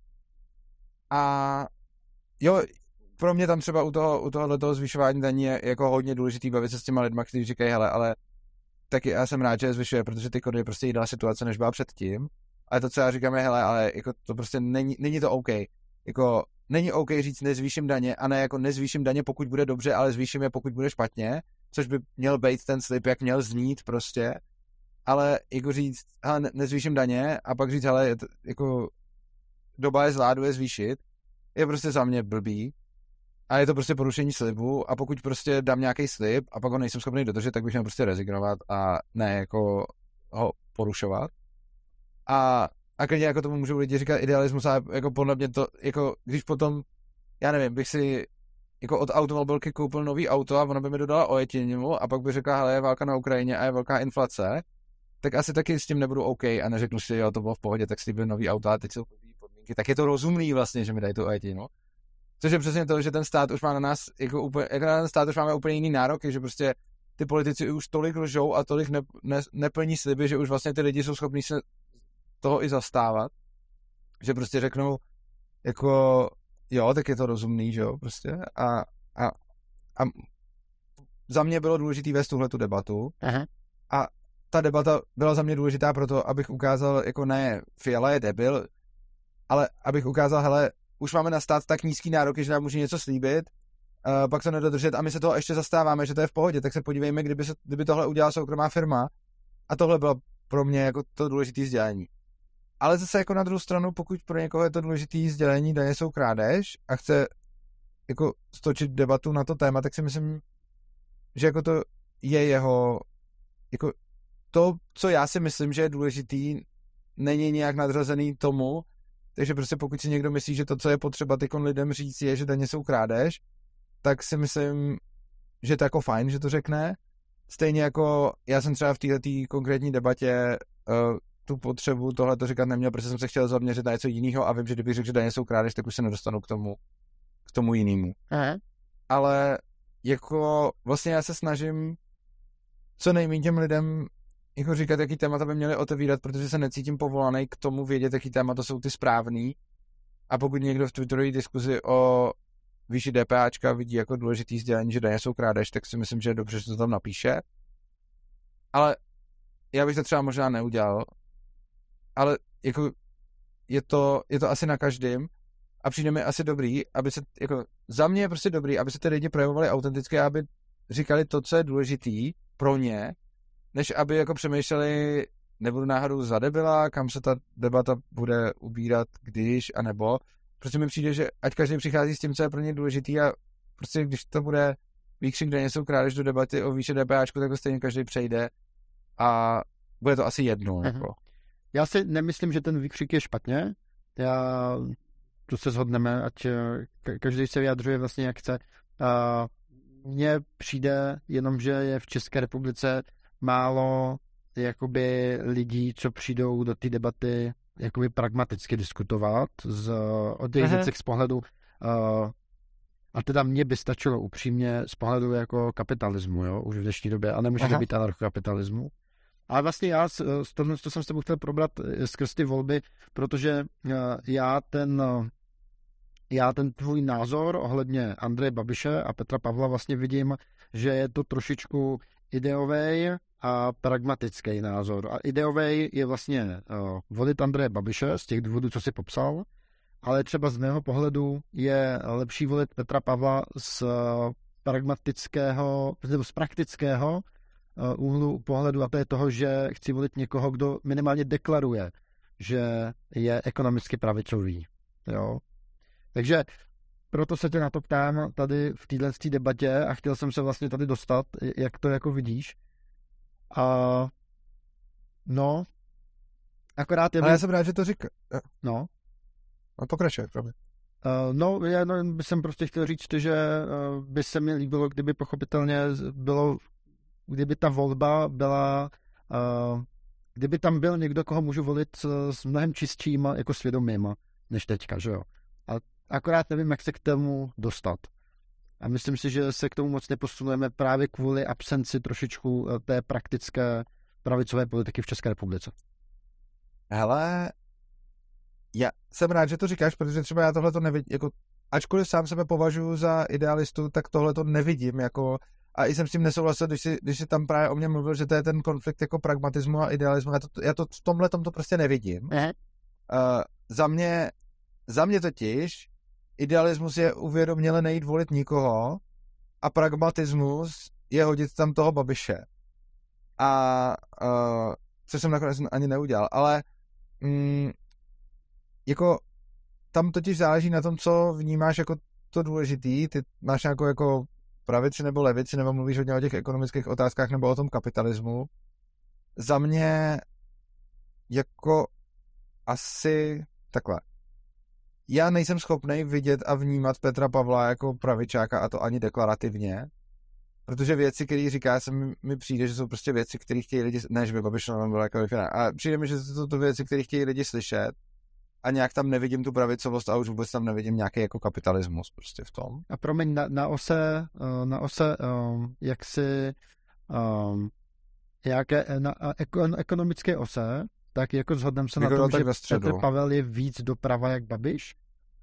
A jo, pro mě tam třeba u toho, u tohoto zvyšování daní je jako hodně důležitý bavit se s těma lidma, kteří říkají, hele, ale taky já jsem rád, že je zvyšuje, protože ty kody je prostě jiná situace, než byla předtím. Ale to, co já říkám, je, hele, ale jako to prostě není, není to OK. Jako není OK říct nezvýším daně a ne jako nezvýším daně, pokud bude dobře, ale zvýším je, pokud bude špatně, což by měl být ten slib, jak měl znít prostě. Ale jako říct, hele, ne, nezvýším daně a pak říct, hele, je to, jako doba je zlá, je zvýšit, je prostě za mě blbý. A je to prostě porušení slibu a pokud prostě dám nějaký slib a pak ho nejsem schopný dodržet, tak bych měl prostě rezignovat a ne jako ho porušovat. A, a klidně jako tomu můžou lidi říkat idealismus, ale jako podle mě to, jako když potom, já nevím, bych si jako od automobilky koupil nový auto a ona by mi dodala ojetinu a pak by řekla, hele, je válka na Ukrajině a je velká inflace, tak asi taky s tím nebudu OK a neřeknu si, jo, to bylo v pohodě, tak slíbil nový auto a teď jsou podmínky. Tak je to rozumný vlastně, že mi dají tu ojetinu. Což je přesně to, že ten stát už má na nás, jako úplně, jako na ten stát už máme úplně jiný nároky, že prostě ty politici už tolik lžou a tolik ne, ne, neplní sliby, že už vlastně ty lidi jsou schopní se toho i zastávat, že prostě řeknou, jako jo, tak je to rozumný, že jo, prostě a, a, a za mě bylo důležitý vést tuhletu debatu. Aha. A ta debata byla za mě důležitá proto, abych ukázal, jako ne, Fiala je debil, ale abych ukázal, hele, už máme na stát tak nízký nároky, že nám může něco slíbit, uh, pak to nedodržet a my se toho ještě zastáváme, že to je v pohodě, tak se podívejme, kdyby, se, kdyby tohle udělala soukromá firma a tohle bylo pro mě jako to důležité sdělení. Ale zase jako na druhou stranu, pokud pro někoho je to důležité sdělení, daně jsou krádež a chce jako stočit debatu na to téma, tak si myslím, že jako to je jeho, jako to, co já si myslím, že je důležitý, není nějak nadřazený tomu. Takže prostě pokud si někdo myslí, že to, co je potřeba tykon lidem říct, je, že daně jsou krádež, tak si myslím, že to je jako fajn, že to řekne. Stejně jako já jsem třeba v této konkrétní debatě uh, tu potřebu tohle to říkat neměl, protože jsem se chtěl zaměřit na něco jiného a vím, že kdybych řekl, že daně jsou krádež, tak už se nedostanu k tomu, k tomu jinému. Aha. Ale jako vlastně já se snažím co nejméně těm lidem jako říkat, jaký témata by měli otevírat, protože se necítím povolaný k tomu vědět, jaký témata jsou ty správný. A pokud někdo v Twitterové diskuzi o výši DPAčka vidí jako důležitý sdělení, že daně jsou krádež, tak si myslím, že je dobře, že to tam napíše. Ale já bych to třeba možná neudělal. Ale jako je to, je to asi na každém a přijde mi asi dobrý, aby se, jako za mě je prostě dobrý, aby se ty lidi projevovali autenticky a aby říkali to, co je důležitý pro ně, než aby jako přemýšleli, nebudu náhodou za debila, kam se ta debata bude ubírat, když, anebo. Prostě mi přijde, že ať každý přichází s tím, co je pro ně důležitý a prostě když to bude výkřik, kde jsou krádež do debaty o výše DPAčku, tak to stejně každý přejde a bude to asi jedno. Mhm. Jako. Já si nemyslím, že ten výkřik je špatně. Já, tu se shodneme, ať ka- každý se vyjadřuje vlastně jak chce. A mně přijde jenom, že je v České republice málo jakoby lidí, co přijdou do té debaty jakoby pragmaticky diskutovat z, od těch věcech z pohledu uh, a teda mně by stačilo upřímně z pohledu jako kapitalismu, jo, už v dnešní době a nemůže to být anarchokapitalismu. Ale vlastně já s, s tom, to jsem s tebou chtěl probrat skrz ty volby, protože uh, já ten uh, já ten tvůj názor ohledně Andreje Babiše a Petra Pavla vlastně vidím, že je to trošičku ideový a pragmatický názor. A ideový je vlastně uh, volit Andreje Babiše z těch důvodů, co si popsal, ale třeba z mého pohledu je lepší volit Petra Pavla z uh, pragmatického, nebo z praktického uh, úhlu pohledu, a to je toho, že chci volit někoho, kdo minimálně deklaruje, že je ekonomicky pravicový. Jo? Takže proto se tě na to ptám tady v této debatě a chtěl jsem se vlastně tady dostat, jak to jako vidíš. A no, akorát je... Ale já jsem rád, že to říká. No. No pokračuje, pravda. Uh, no, já no, bych jsem prostě chtěl říct, že uh, by se mi líbilo, kdyby pochopitelně bylo, kdyby ta volba byla, uh, kdyby tam byl někdo, koho můžu volit s, s mnohem čistším jako svědomím, než teďka, že jo. A akorát nevím, jak se k tomu dostat. A myslím si, že se k tomu moc neposunujeme právě kvůli absenci trošičku té praktické pravicové politiky v České republice. Hele, já jsem rád, že to říkáš, protože třeba já tohle to nevidím, jako, ačkoliv sám sebe považuji za idealistu, tak tohle to nevidím, jako, a i jsem s tím nesouhlasil, když si, když si tam právě o mě mluvil, že to je ten konflikt jako pragmatismu a idealismu, já to, já to v tomhle tom to prostě nevidím. Uh, za mě, za mě totiž idealismus je uvědoměle nejít volit nikoho a pragmatismus je hodit tam toho Babiše. A uh, co jsem nakonec ani neudělal, ale mm, jako tam totiž záleží na tom, co vnímáš jako to důležitý. Ty máš nějakou jako pravici nebo levici, nebo mluvíš hodně o těch ekonomických otázkách nebo o tom kapitalismu. Za mě jako asi takhle. Já nejsem schopný vidět a vnímat Petra Pavla jako pravičáka, a to ani deklarativně, protože věci, které říká, se mi, mi přijde, že jsou prostě věci, které chtějí lidi, ne, že by Babiš byl jako a přijde mi, že jsou to věci, které chtějí lidi slyšet a nějak tam nevidím tu pravicovost a už vůbec tam nevidím nějaký jako kapitalismus prostě v tom. A promiň, na, na ose, na ose, um, jak si, um, jaké, na ekon, ekonomické ose, tak jako shodneme se jako na tom, že Petr Pavel je víc doprava jak Babiš?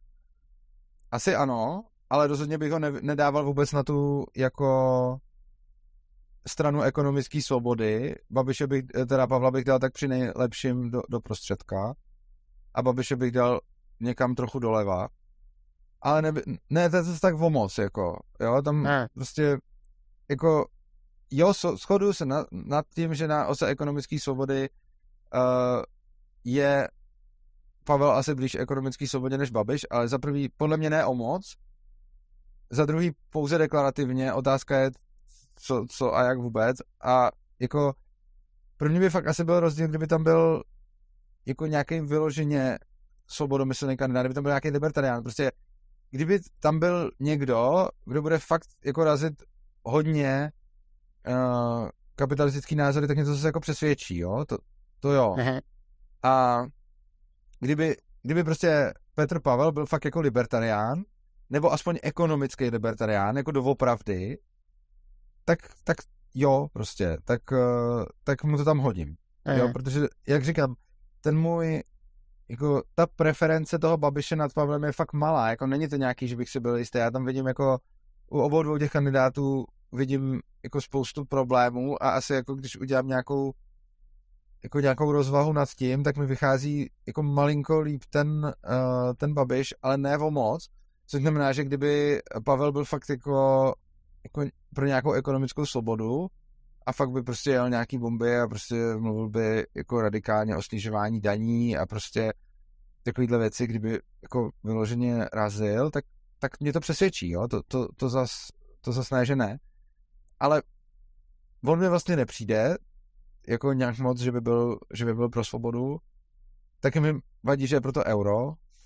Asi ano, ale rozhodně bych ho ne, nedával vůbec na tu jako stranu ekonomické svobody. Babiše bych, teda Pavla bych dal tak při nejlepším do, do prostředka a Babiše bych dal někam trochu doleva. Ale ne, ne to je to tak vomoc, jako, jo, tam ne. Prostě jako, jo, shoduju se na, nad tím, že na ose ekonomické svobody uh, je Pavel asi blíž ekonomické svobodě než Babiš, ale za prvý podle mě ne o moc, za druhý pouze deklarativně, otázka je co, co a jak vůbec a jako pro mě by fakt asi byl rozdíl, kdyby tam byl jako nějaký vyloženě svobodomyslný kandidát, kdyby tam byl nějaký libertarián, prostě kdyby tam byl někdo, kdo bude fakt jako razit hodně uh, kapitalistický názory, tak mě to zase jako přesvědčí, jo, to, to jo. Aha. A kdyby, kdyby prostě Petr Pavel byl fakt jako libertarián, nebo aspoň ekonomický libertarián, jako doopravdy, tak, tak jo, prostě, tak, tak mu to tam hodím. Aha. Jo, protože, jak říkám, ten můj, jako ta preference toho Babiše nad Pavlem je fakt malá, jako není to nějaký, že bych si byl jistý, já tam vidím jako u obou dvou těch kandidátů vidím jako spoustu problémů a asi jako když udělám nějakou jako nějakou rozvahu nad tím, tak mi vychází jako malinko líp ten, uh, ten Babiš, ale ne o moc, což znamená, že kdyby Pavel byl fakt jako, jako pro nějakou ekonomickou svobodu a fakt by prostě jel nějaký bomby a prostě mluvil by jako radikálně o snižování daní a prostě takovýhle věci, kdyby jako vyloženě razil, tak, tak mě to přesvědčí, jo, to, to, to zas, to zas ne, že ne. Ale on mi vlastně nepřijde jako nějak moc, že by byl, že by byl pro svobodu, taky mi vadí, že je pro to euro,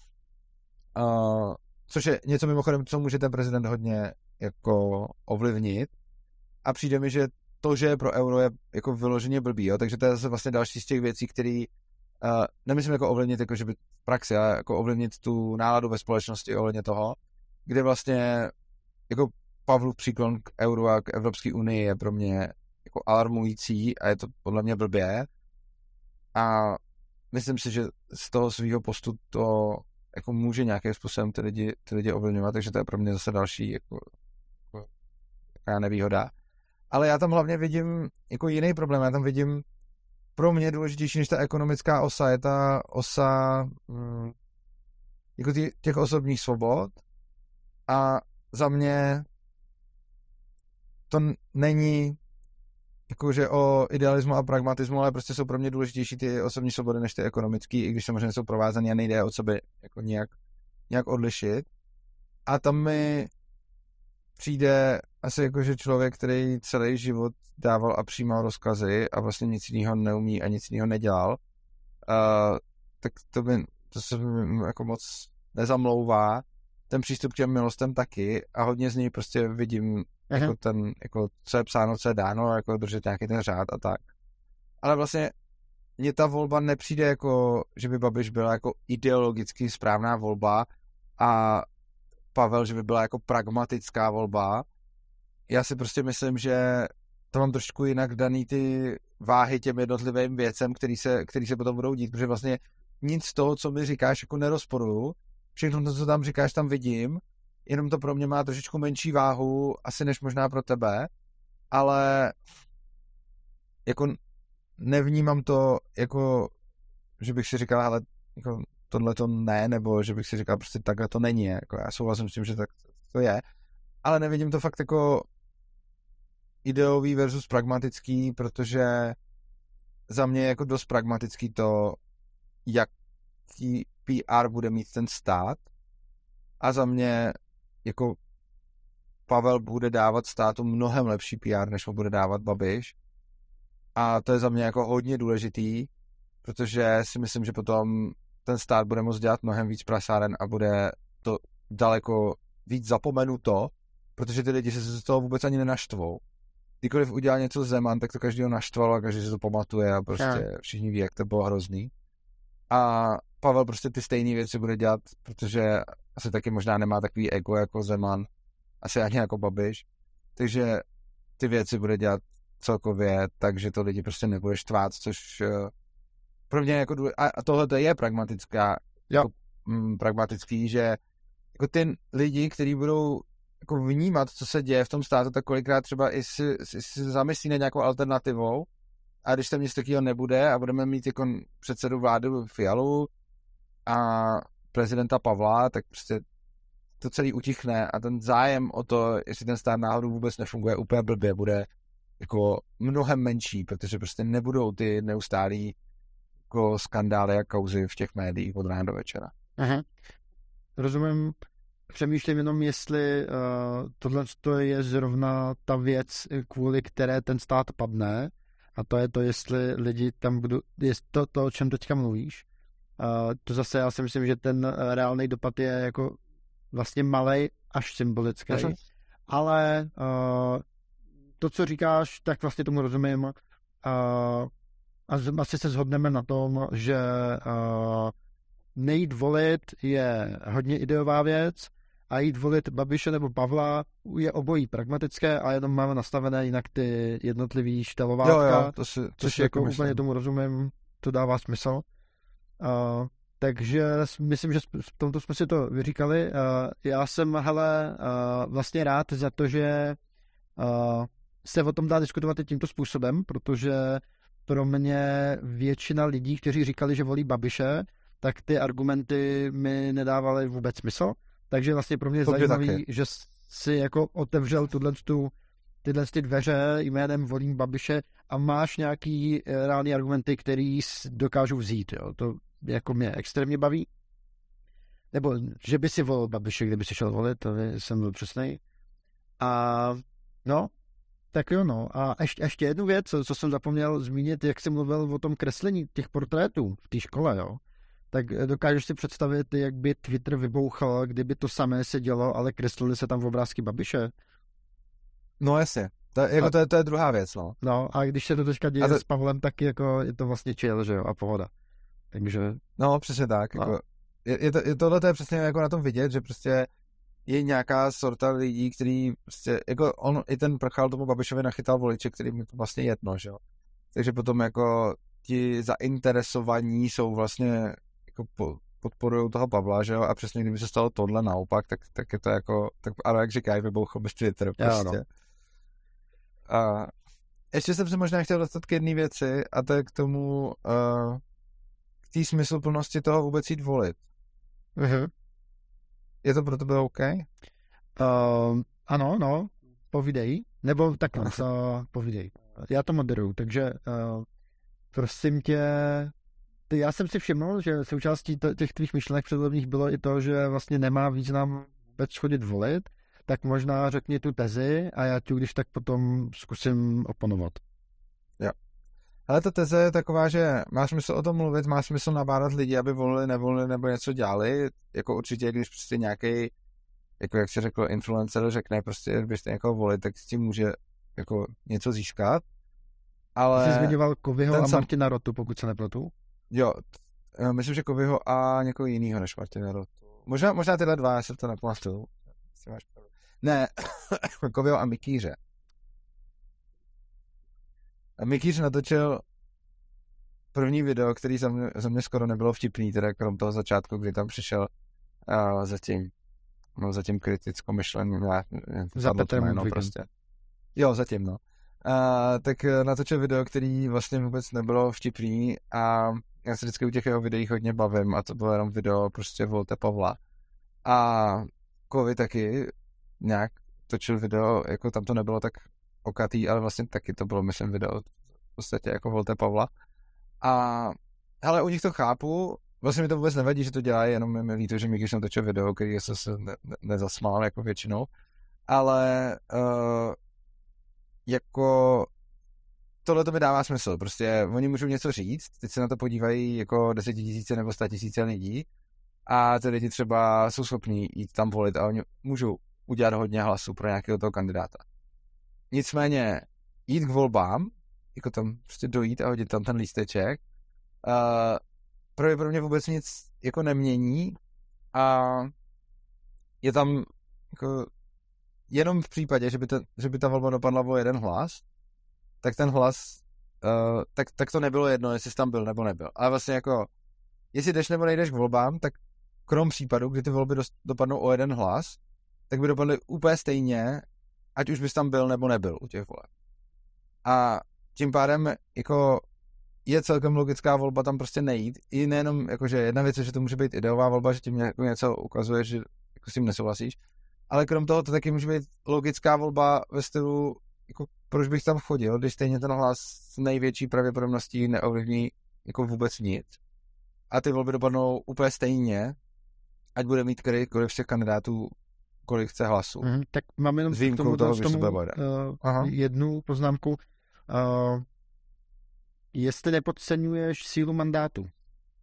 uh, což je něco mimochodem, co může ten prezident hodně jako ovlivnit a přijde mi, že to, že je pro euro, je jako vyloženě blbý, jo? Takže to je zase vlastně další z těch věcí, který uh, nemyslím jako ovlivnit, jako že by v praxi, ale jako ovlivnit tu náladu ve společnosti ohledně toho, kde vlastně jako Pavlův příklon k euru a k Evropské unii je pro mě jako alarmující a je to podle mě blbě a myslím si, že z toho svého postu to jako může nějakým způsobem ty lidi, ty lidi ovlivňovat, takže to je pro mě zase další jako, jako taková nevýhoda. Ale já tam hlavně vidím jako jiný problém, já tam vidím pro mě důležitější než ta ekonomická osa, je ta osa hm, jako tý, těch osobních svobod a za mě to není jakože o idealismu a pragmatismu, ale prostě jsou pro mě důležitější ty osobní svobody než ty ekonomické, i když samozřejmě jsou provázané a nejde o sebe jako nějak, nějak odlišit. A tam mi přijde asi jakože člověk, který celý život dával a přijímal rozkazy a vlastně nic jiného neumí a nic jiného nedělal, uh, tak to, by, to se mi jako moc nezamlouvá. Ten přístup k těm milostem taky a hodně z něj prostě vidím Aha. jako ten, jako co je psáno, co je dáno, jako držet nějaký ten řád a tak. Ale vlastně mně ta volba nepřijde jako, že by Babiš byla jako ideologicky správná volba a Pavel, že by byla jako pragmatická volba. Já si prostě myslím, že to mám trošku jinak daný ty váhy těm jednotlivým věcem, který se, který se potom budou dít, protože vlastně nic z toho, co mi říkáš, jako nerozporuju. Všechno to, co tam říkáš, tam vidím, jenom to pro mě má trošičku menší váhu, asi než možná pro tebe, ale jako nevnímám to jako, že bych si říkal, ale jako tohle to ne, nebo že bych si říkal, prostě takhle to není, jako já souhlasím s tím, že tak to je, ale nevidím to fakt jako ideový versus pragmatický, protože za mě je jako dost pragmatický to, jaký P R bude mít ten stát, a za mě jako Pavel bude dávat státu mnohem lepší P R, než mu bude dávat Babiš, a to je za mě jako hodně důležitý, protože si myslím, že potom ten stát bude moct dělat mnohem víc prasáren a bude to daleko víc zapomenuto, protože ty lidi se z toho vůbec ani nenaštvou. Kdykoliv udělal něco Zeman, tak to každýho naštvalo a každý se to pamatuje a prostě ja. Všichni ví, jak to bylo hrozný. A Pavel prostě ty stejné věci bude dělat, protože asi taky možná nemá takový ego jako Zeman, asi ani jako Babiš, takže ty věci bude dělat celkově, takže to lidi prostě nebude štvát, což uh, pro mě jako důle... a tohle to je pragmatická, jako, mm, pragmatický, že jako ty lidi, kteří budou jako vnímat, co se děje v tom státu, tak kolikrát třeba i si, si, si zamyslí nad nějakou alternativou, a když tam nic takového nebude a budeme mít jako předsedu vlády Fialu a prezidenta Pavla, tak prostě to celý utichne a ten zájem o to, jestli ten stát náhodou vůbec nefunguje úplně blbě, bude jako mnohem menší, protože prostě nebudou ty neustálý jako skandály a kauzy v těch médiích od rána do večera. Aha. Rozumím. Přemýšlím jenom, jestli uh, tohle je zrovna ta věc, kvůli které ten stát padne, a to je to, jestli lidi tam budou, je to, to o čem teďka mluvíš. Uh, to zase já si myslím, že ten reálný dopad je jako vlastně malej až symbolický, Aha. ale uh, to, co říkáš, tak vlastně tomu rozumím. Uh, a asi se shodneme na tom, že uh, nejít volit je hodně ideová věc a jít volit Babiše nebo Pavla je obojí pragmatické a jenom máme nastavené jinak ty jednotlivý štelovátka, jo, jo, to si, to což si jako myslím. úplně tomu rozumím, to dává smysl. Uh, takže myslím, že v tomto jsme si to vyříkali. Uh, já jsem, hele, uh, vlastně rád za to, že uh, se o tom dá diskutovat i tímto způsobem, protože pro mě většina lidí, kteří říkali, že volí Babiše, tak ty argumenty mi nedávaly vůbec smysl. Takže vlastně pro mě je zajímavý, taky. Že si jako otevřel tuhle tu, tyhle ty dveře jménem volím Babiše a máš nějaký reální argumenty, který dokážu vzít. Jo. To jako mě extrémně baví. Nebo že by si volil Babiše, kdyby si šel volit, to jsem byl přesnej. A no, tak jo, no. A ještě, ještě jednu věc, co, co jsem zapomněl zmínit, jak jsem mluvil o tom kreslení těch portrétů v té škole, jo. Tak dokážeš si představit, jak by Twitter vybouchal, kdyby to samé se dělo, ale kreslili se tam v obrázky Babiše? No jasně, to, jako a, to, je, to je druhá věc, no. No a když se to teďka děje to... s Pavlem, tak jako je to vlastně chill, že jo, a pohoda. Takže... No, přesně tak. No. Jako, je, je to, je, tohle to je přesně jako na tom vidět, že prostě je nějaká sorta lidí, který prostě, jako on i ten Prchal tomu Babišovi nachytal voliče, kterým je to vlastně jedno, že jo. Takže potom jako ti zainteresovaní jsou vlastně jako po, podporují toho Pavla, že jo, a přesně kdyby se stalo tohle naopak, tak, tak je to jako, tak, ale jak říkáš, vybouchal bez Twitter prostě. Jo, no. A ještě jsem se možná chtěl dostat k jedné věci, a to je k tomu, uh, k té smysluplnosti toho vůbec jít volit. Uh-huh. Je to pro tebe OK? Uh, ano, no, povídej. Nebo takhle, uh, povídej. Já to moderuju, takže uh, prosím tě, ty, já jsem si všiml, že součástí t- těch tvých myšlenek předvolebních bylo i to, že vlastně nemá význam vůbec chodit volit, tak možná řekni tu tezi a já ti když tak potom zkusím oponovat. Jo. Ale ta teze je taková, že má smysl o tom mluvit, má smysl nabádat lidi, aby volili, nevolili nebo něco dělali. Jako určitě, když prostě nějaký, jako jak si řekl, influencer řekne prostě, běžte někoho volit, tak s tím může jako něco získat. Ale... Jsi zmiňoval Kovyho a sam... Martina Rotu, pokud se nepletu? Jo, myslím, že Kovyho a někoho jiného než Martina Rotu. Možná, možná tyhle dva, já se to nepamatuju. Asi máš pravdu. Ne, Kovio a Mikýře. A Mikýř natočil první video, který za mě, za mě skoro nebylo vtipný, teda krom toho začátku, kdy tam přišel uh, zatím, no zatím kriticko myšlený, ne, za Petrem prostě. Jo, zatím, no. Uh, tak natočil video, který vlastně vůbec nebylo vtipný a já se vždycky u těch jeho videí hodně bavím a to bylo jenom video prostě Volte Pavla. A Kovy taky nějak točil video, jako tam to nebylo tak okatý, ale vlastně taky to bylo, myslím, video v podstatě jako Volte Pavla. A hele, u nich to chápu, vlastně mi to vůbec nevadí, že to dělají, jenom je mi líto, že Mikýř natočil video, který se, se ne, ne, nezasmál jako většinou, ale uh, jako tohle to mi dává smysl, prostě oni můžou něco říct, teď se na to podívají jako desetitisíce nebo statisíce lidí a ty lidi třeba jsou schopní jít tam volit a oni můžou udělat hodně hlasů pro nějakého toho kandidáta. Nicméně jít k volbám, jako tam prostě dojít a hodit tam ten lísteček, uh, pro, pro mě vůbec nic jako nemění a je tam jako jenom v případě, že by, ta, že by ta volba dopadla o jeden hlas, tak ten hlas, uh, tak, tak to nebylo jedno, jestli jsi tam byl nebo nebyl. Ale vlastně jako, jestli jdeš nebo nejdeš k volbám, tak krom případu, kdy ty volby dost, dopadnou o jeden hlas, tak by dopadly úplně stejně, ať už bys tam byl nebo nebyl u těch voleb. A tím pádem jako je celkem logická volba tam prostě nejít. I nejenom, jakože jedna věc je, že to může být ideová volba, že tím jako něco ukazuje, že jako s tím nesouhlasíš, ale krom toho to taky může být logická volba ve stylu, jako proč bych tam chodil, když stejně ten hlas s největší pravděpodobností neovlivní jako vůbec nic. A ty volby dopadnou úplně stejně, ať bude mít kterýkoliv z těch kandidátů kolik chce hlasů. Mm, tak mám jenom k tomu, toho, tomu uh, jednu poznámku. Uh, jestli nepodceňuješ sílu mandátu? Uh,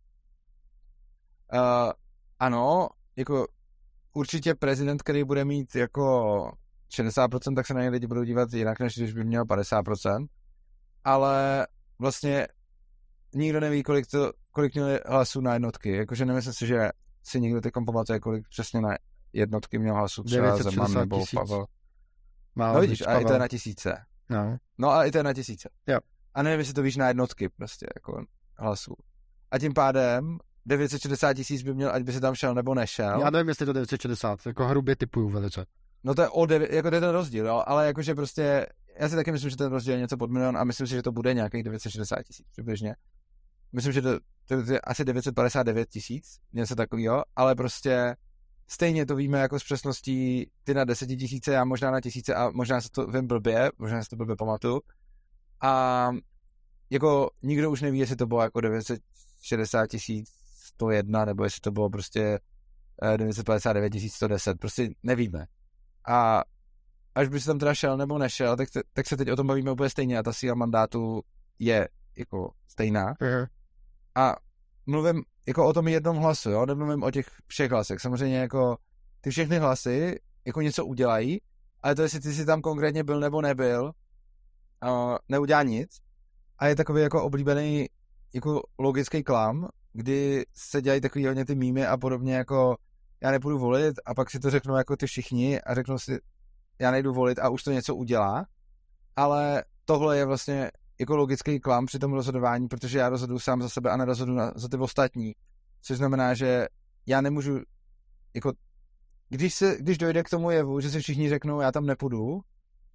ano, jako určitě prezident, který bude mít jako šedesát procent, tak se na něj lidi budou dívat jinak, než když by měl padesát procent. Ale vlastně nikdo neví, kolik, to, kolik měl hlasů na jednotky. Jakože nemyslím si, že si někdo teď pamatuje, kolik přesně na jednotky měl hlasů, třeba Zeman nebo Pavel. No vidíš, a i to je na tisíce. No. No a i to je na tisíce. Jo. A nevím, jestli to víš na jednotky prostě, jako hlasů. A tím pádem devět set šedesát tisíc by měl, ať by se tam šel nebo nešel. Já nevím, jestli to devět set šedesát, jako hrubě typuju velice. No to je o devět, jako to je ten rozdíl, jo, ale jakože prostě, já si taky myslím, že ten rozdíl je něco pod milion a myslím si, že to bude nějakých devět set šedesát tisíc přibližně. Myslím, že to, to je asi devět set padesát devět tisíc, něco takového, ale prostě stejně to víme jako s přesností ty na desetitisíce, já možná na tisíce a možná se to vím blbě, možná se to blbě pamatuju. A jako nikdo už neví, jestli to bylo jako devět set šedesát tisíc sto jedna, nebo jestli to bylo prostě devět set padesát devět tisíc sto deset, prostě nevíme. A až by se tam teda šel nebo nešel, tak, te, tak se teď o tom bavíme úplně stejně a ta síla mandátu je jako stejná. Uh-huh. A mluvím jako o tom jednom hlasu, jo, nemluvím o těch všech hlasech. Samozřejmě jako ty všechny hlasy jako něco udělají, ale to, jestli ty si tam konkrétně byl nebo nebyl, uh, neudělá nic. A je takový jako oblíbený jako logický klam, kdy se dělají takový hodně ty mýmy a podobně jako já nepůjdu volit a pak si to řeknou jako ty všichni a řeknou si já nejdu volit a už to něco udělá. Ale tohle je vlastně jako logický klam při tom rozhodování, protože já rozhoduju sám za sebe a nerozhoduju na, za ty ostatní. Což znamená, že já nemůžu, jako, když, se, když dojde k tomu jevu, že si všichni řeknou, já tam nepůjdu, uh,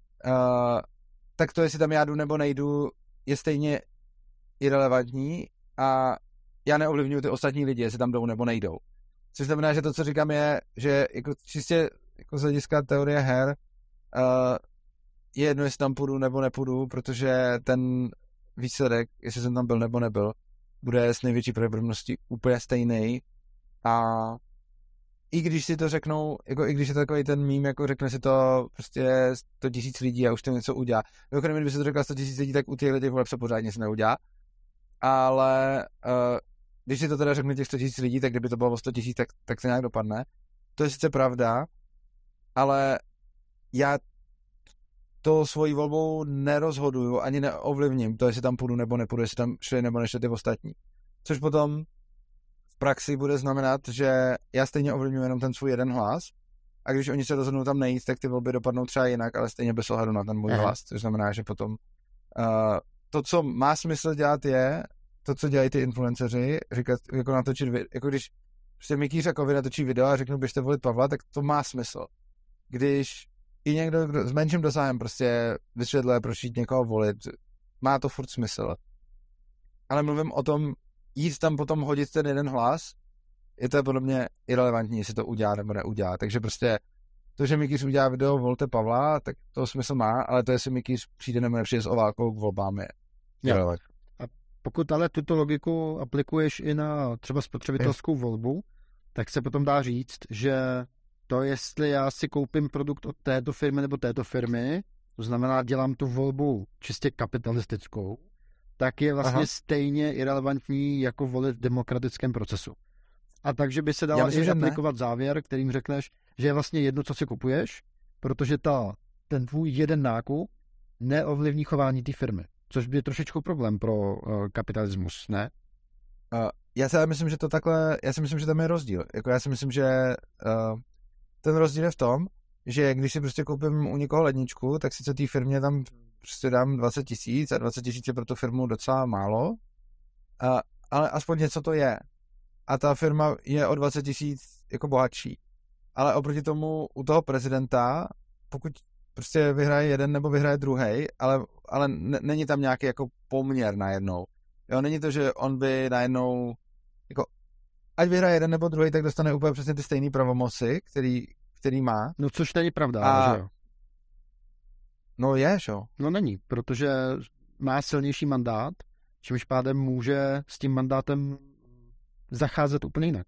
tak to, jestli tam já jdu nebo nejdu, je stejně irelevantní a já neovlivňuji ty ostatní lidi, jestli tam jdou nebo nejdou. Což znamená, že to, co říkám, je, že jako čistě jako z hlediska teorie her uh, je jedno, jestli tam půjdu nebo nepůjdu, protože ten výsledek, jestli jsem tam byl nebo nebyl, bude s největší pravděpodobností úplně stejný. A i když si to řeknou, jako i když je to takový ten mím, jako řekne si to prostě sto tisíc lidí a už to něco udělá. Mimochodem, kdyby se to řekla sto tisíc lidí, tak u těch lidí voleb se pořád nic neudělá. Ale uh, když si to teda řekne těch sto tisíc lidí, tak kdyby to bylo o sto tisíc, tak, tak to nějak dopadne. To je sice pravda, ale já to svojí volbou nerozhoduju, ani neovlivním to, jestli tam půjdu nebo nepůjdu, jestli tam šli nebo nešli ty ostatní. Což potom v praxi bude znamenat, že já stejně ovlivňuji jenom ten svůj jeden hlas a když oni se rozhodnou tam nejít, tak ty volby dopadnou třeba jinak, ale stejně bez ohledu na ten můj Aha. hlas, což znamená, že potom uh, to, co má smysl dělat je, to, co dělají ty influenceři, říkat, jako natočit, jako když prostě Miký Řekovi natočí video a řeknu, běžte volit Pavla, tak to má smysl. Když i někdo kdo, s menším dosahem prostě vysvětluje, proč jít někoho volit, má to furt smysl. Ale mluvím o tom, jít tam potom hodit ten jeden hlas, je to podle mě irelevantní, jestli to udělá nebo neudělá. Takže prostě to, že Mikýř udělá video volte Pavla, tak to smysl má, ale to, jestli Mikýř přijde nebo nepřijde s oválkou k volbám, je irelevantní. A pokud ale tuto logiku aplikuješ i na třeba spotřebitelskou volbu, tak se potom dá říct, že to, jestli já si koupím produkt od této firmy nebo této firmy, to znamená, dělám tu volbu čistě kapitalistickou, tak je vlastně Aha. stejně irelevantní jako volit v demokratickém procesu. A takže by se dala myslím, i aplikovat ne. závěr, kterým řekneš, že je vlastně jedno, co si kupuješ, protože ta, ten tvůj jeden nákup neovlivní chování té firmy, což by je trošičku problém pro uh, kapitalismus, ne? Uh, já si myslím, že to takhle, já si myslím, že tam je rozdíl. Jako já si myslím, že uh, ten rozdíl je v tom, že když si prostě koupím u někoho ledničku, tak sice té firmě tam prostě dám dvacet tisíc a dvacet tisíc je pro tu firmu docela málo, uh, ale aspoň něco to je. A ta firma je o dvacet tisíc jako bohatší. Ale oproti tomu u toho prezidenta, pokud prostě vyhraje jeden nebo vyhraje druhej, ale, ale n- není tam nějaký jako poměr najednou. Jo, není to, že on by najednou jako ať vyhraje jeden nebo druhý, tak dostane úplně přesně ty stejné pravomoci, který, který má. No což není pravda, a... že jo? No je, že jo? No není, protože má silnější mandát, čímž pádem může s tím mandátem zacházet úplně jinak.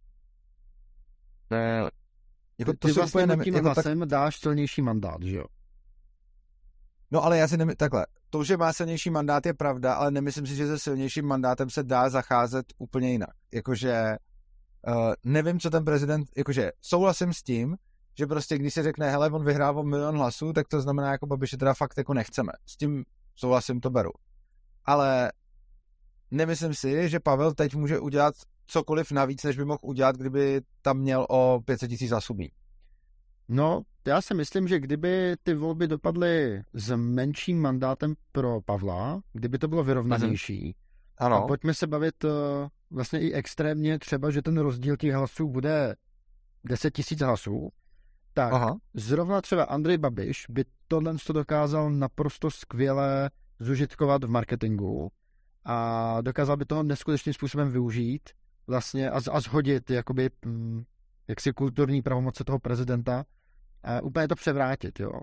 Ne, jako ty to ty vlastně úplně tím jako hlasem tak... dáš silnější mandát, že jo? No ale já si nemyslím, takhle, to, že má silnější mandát je pravda, ale nemyslím si, že se silnějším mandátem se dá zacházet úplně jinak. Jakože uh, nevím, co ten prezident, jakože souhlasím s tím, že prostě když se řekne, hele, on vyhrál o milion hlasů, tak to znamená, jako Babiše teda fakt jako nechceme. S tím souhlasím, to beru. Ale nemyslím si, že Pavel teď může udělat cokoliv navíc, než by mohl udělat, kdyby tam měl o pět set tisíc hlasů míň. No, já si myslím, že kdyby ty volby dopadly s menším mandátem pro Pavla, kdyby to bylo vyrovnanější, ano. A pojďme se bavit uh, vlastně i extrémně třeba, že ten rozdíl těch hlasů bude deset tisíc hlasů, tak Aha. zrovna třeba Andrej Babiš by tohle dokázal naprosto skvěle zužitkovat v marketingu a dokázal by toho neskutečným způsobem využít vlastně a, a zhodit jakoby hm, jaksi kulturní pravomoce toho prezidenta a úplně to převrátit, jo.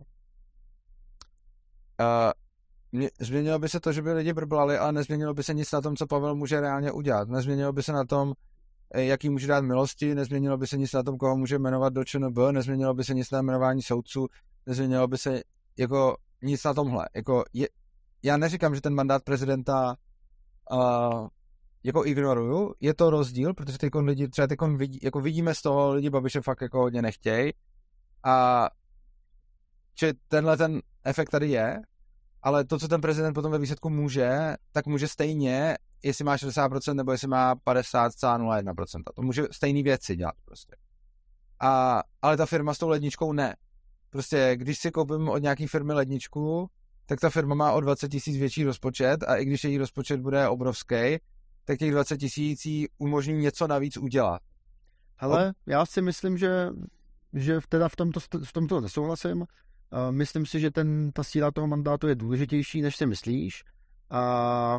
Uh, mě, změnilo by se to, že by lidi brblali, ale nezměnilo by se nic na tom, co Pavel může reálně udělat. Nezměnilo by se na tom, jaký může dát milosti, nezměnilo by se nic na tom, koho může jmenovat do ČNB, nezměnilo by se nic na jmenování soudců, nezměnilo by se jako nic na tomhle. Jako je, já neříkám, že ten mandát prezidenta uh, jako ignoruju, je to rozdíl, protože teď lidi třeba teď vidí, jako vidíme z toho, lidi Babiše fakt jako hodně nechtějí a že tenhle ten efekt tady je, ale to, co ten prezident potom ve výsledku může, tak může stejně, jestli má šedesát procent nebo jestli má padesát celá nula jedna procent. To může stejný věci dělat prostě. A, ale ta firma s tou ledničkou ne. Prostě, když si koupím od nějaký firmy ledničku, tak ta firma má o dvacet tisíc větší rozpočet a i když její rozpočet bude obrovský, tak těch dvacet tisíc jí umožní něco navíc udělat. Ale Od... já si myslím, že, že teda v tomto, v tomto nesouhlasím. Uh, myslím si, že ten, ta síla toho mandátu je důležitější, než si myslíš. A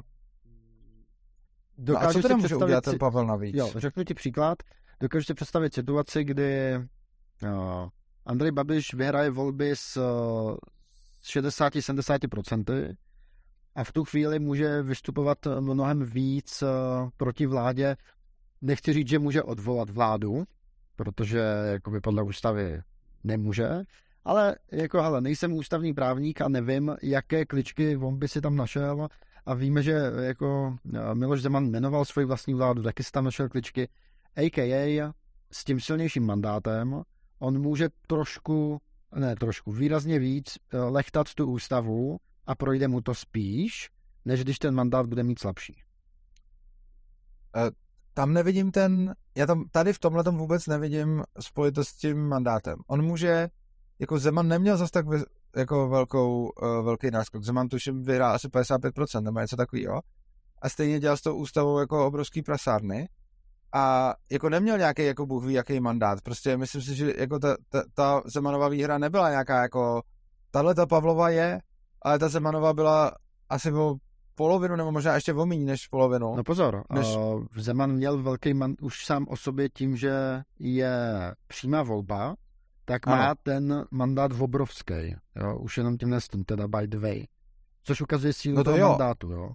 no a co teda může udělat ten Pavel navíc? Jo, řeknu ti příklad. Dokážu si představit situaci, kdy uh, Andrej Babiš vyhraje volby s uh, šedesát až sedmdesát procent a v tu chvíli může vystupovat mnohem víc uh, proti vládě. Nechci říct, že může odvolat vládu, protože jakoby podle ústavy nemůže, ale jako hele, nejsem ústavní právník a nevím, jaké kličky on by si tam našel a víme, že jako Miloš Zeman jmenoval svoji vlastní vládu, taky si tam našel kličky, a k a s tím silnějším mandátem on může trošku, ne trošku, výrazně víc lechtat tu ústavu a projde mu to spíš, než když ten mandát bude mít slabší. Tam nevidím ten, já tam tady v tomhle tom vůbec nevidím spojitost s tím mandátem. On může, jako Zeman neměl zase tak jako velkou, uh, velký náskok. Zeman tuším vyhrál asi padesát pět procent nebo něco takového. A stejně dělal s tou ústavou jako obrovský prasárny. A jako neměl nějaký, jako Bůh ví, jaký mandát. Prostě myslím si, že jako ta, ta, ta Zemanova výhra nebyla nějaká jako, tahle ta Pavlova je, ale ta Zemanova byla asi o polovinu, nebo možná ještě o míň než polovinu. No pozor, než... uh, Zeman měl velký man, už sám o sobě tím, že je přímá volba, tak má ano. ten mandát obrovský. Jo? Už jenom tímhle s tím, teda by the way. Což ukazuje sílu no to toho jo. mandátu, jo?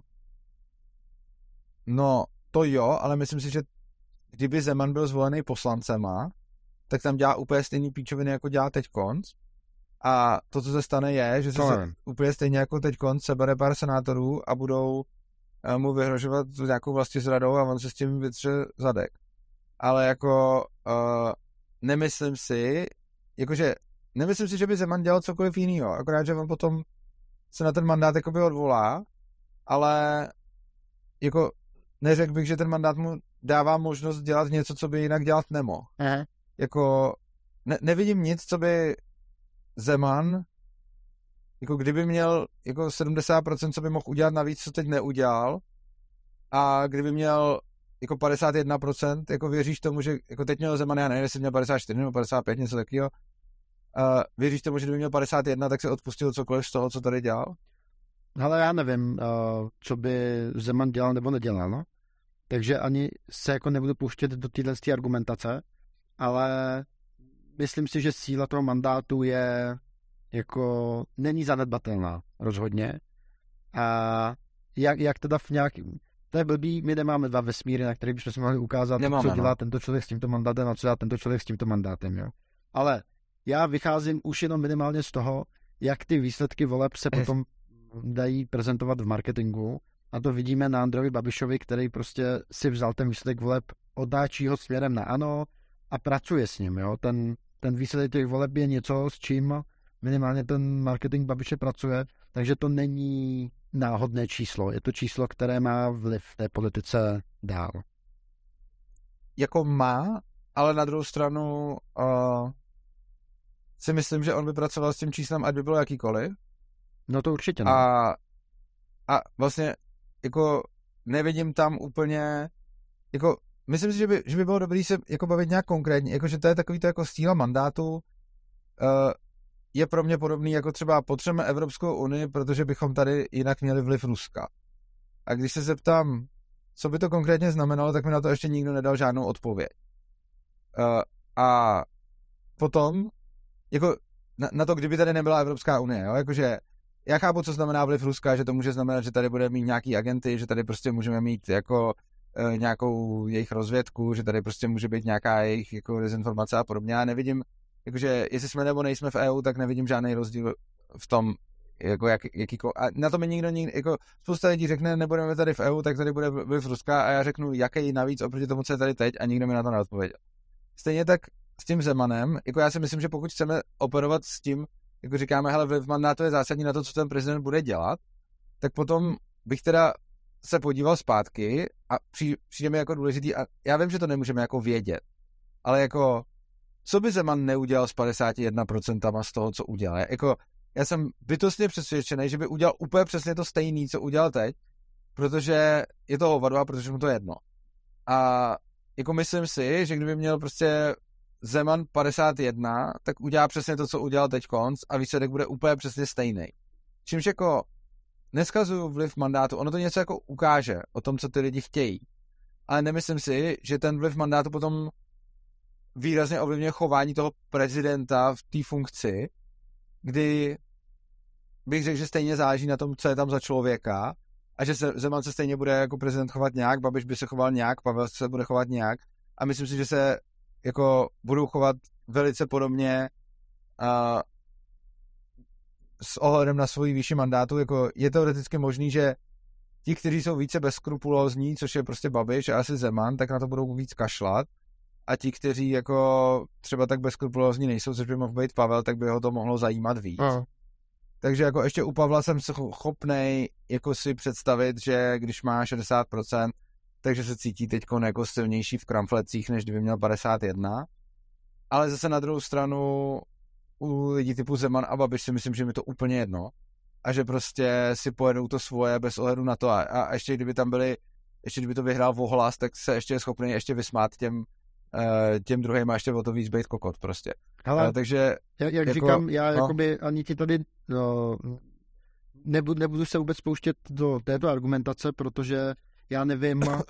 No, to jo, ale myslím si, že kdyby Zeman byl zvolený poslancema, tak tam dělá úplně stejný píčoviny, jako dělá teď konc. A to, co se stane, je, že se, se úplně stejně jako teď konc sebere pár senátorů a budou mu vyhrožovat nějakou vlastizradou a on se s tím vytře zadek. Ale jako uh, nemyslím si, jakože nemyslím si, že by Zeman dělal cokoliv jinýho, akorát, že on potom se na ten mandát jakoby odvolá, ale jako neřekl bych, že ten mandát mu dává možnost dělat něco, co by jinak dělat nemohl. Aha. Jako ne, nevidím nic, co by Zeman, jako kdyby měl jako sedmdesát procent, co by mohl udělat navíc, co teď neudělal, a kdyby měl jako padesát jedna procent, jako věříš tomu, že jako teď měl Zeman, já nevím, jestli měl padesát čtyři nebo padesát pět, něco takového, uh, věříš tomu, že kdyby měl padesát jedna, tak se odpustil cokoliv z toho, co tady dělal? Ale já nevím, uh, co by Zeman dělal nebo nedělal, no. Takže ani se jako nebudu pouštět do téhle argumentace, ale myslím si, že síla toho mandátu je jako není zanedbatelná rozhodně. A jak, jak teda v nějaký... To je blbý, my nemáme dva vesmíry, na kterých bychom si mohli ukázat, nemáme, co dělá no. tento člověk s tímto mandátem a co dělá tento člověk s tímto mandátem, jo. Ale já vycházím už jenom minimálně z toho, jak ty výsledky voleb se potom dají prezentovat v marketingu. A to vidíme na Andrejovi Babišovi, který prostě si vzal ten výsledek voleb, odáčí ho směrem na ANO a pracuje s ním. Jo? Ten, ten výsledek těch voleb je něco, s čím minimálně ten marketing Babiše pracuje, takže to není náhodné číslo. Je to číslo, které má vliv v té politice dál. Jako má, ale na druhou stranu uh, si myslím, že on by pracoval s tím číslem, ať by bylo jakýkoliv. No to určitě ne. A, a vlastně jako nevidím tam úplně, jako myslím si, že by, že by bylo dobré se jako bavit nějak konkrétně, jakože to je takový to jako stíla mandátu, uh, je pro mě podobný, jako třeba potřebujeme Evropskou unii, protože bychom tady jinak měli vliv Ruska. A když se zeptám, co by to konkrétně znamenalo, tak mi na to ještě nikdo nedal žádnou odpověď. Uh, a potom, jako na, na to, kdyby tady nebyla Evropská unie, jo, jakože já chápu, co znamená vliv Ruska, že to může znamenat, že tady bude mít nějaký agenty, že tady prostě můžeme mít jako e, nějakou jejich rozvědku, že tady prostě může být nějaká jejich jako dezinformace a podobně. Já nevidím, jakože jestli jsme nebo nejsme v E U, tak nevidím žádný rozdíl v tom, jako jak, jakýko, a na to mi nikdo, nikdo, jako spousta lidí řekne, nebudeme tady v E U, tak tady bude vliv Ruska a já řeknu, jaký navíc oproti tomu, co je tady teď, a nikdo mi na to neodpověděl. Stejně tak s tím Zemanem, jako já si myslím, že pokud chceme operovat s tím, jako říkáme, hele, vliv mandátu je zásadní na to, co ten prezident bude dělat, tak potom bych teda se podíval zpátky a přijde mi jako důležitý, a já vím, že to nemůžeme jako vědět, ale jako, co by Zeman neudělal s padesát jedna procent z toho, co udělal? Jako, já jsem bytostně přesvědčený, že by udělal úplně přesně to stejný, co udělal teď, protože je to hovado a protože mu to jedno. A jako myslím si, že kdyby měl prostě Zeman padesát jedna, tak udělá přesně to, co udělal teď konc, a výsledek bude úplně přesně stejný. Čímž jako neskazuju vliv mandátu, ono to něco jako ukáže o tom, co ty lidi chtějí. Ale nemyslím si, že ten vliv mandátu potom výrazně ovlivňuje chování toho prezidenta v té funkci, kdy bych řekl, že stejně záleží na tom, co je tam za člověka, a že se, Zeman se stejně bude jako prezident chovat nějak, Babiš by se choval nějak, Pavel se bude chovat nějak, a myslím si, že se jako budou chovat velice podobně a s ohledem na svoji výši mandátu. Jako je teoreticky možný, že ti, kteří jsou více bezskrupulózní, což je prostě Babiš a asi Zeman, tak na to budou víc kašlat, a ti, kteří jako třeba tak bezskrupulózní nejsou, což by mohl být Pavel, tak by ho to mohlo zajímat víc. No. Takže jako ještě u Pavla jsem schopnej jako si představit, že když má šedesát procent, takže se cítí teď jako silnější v kramflecích, než kdyby měl padesát jedna. Ale zase na druhou stranu u lidí typu Zeman a Babiš si myslím, že mi to úplně jedno a že prostě si pojedou to svoje bez ohledu na to a, a ještě kdyby tam byli, ještě kdyby to vyhrál ohlas, tak se ještě je schopný ještě vysmát těm, těm druhým a ještě o to víc být kokot prostě. Hele, a, takže jak, jak jako, říkám, já no. jakoby ani ti tady no, nebudu, nebudu se vůbec pouštět do této argumentace, protože já nevím, uh,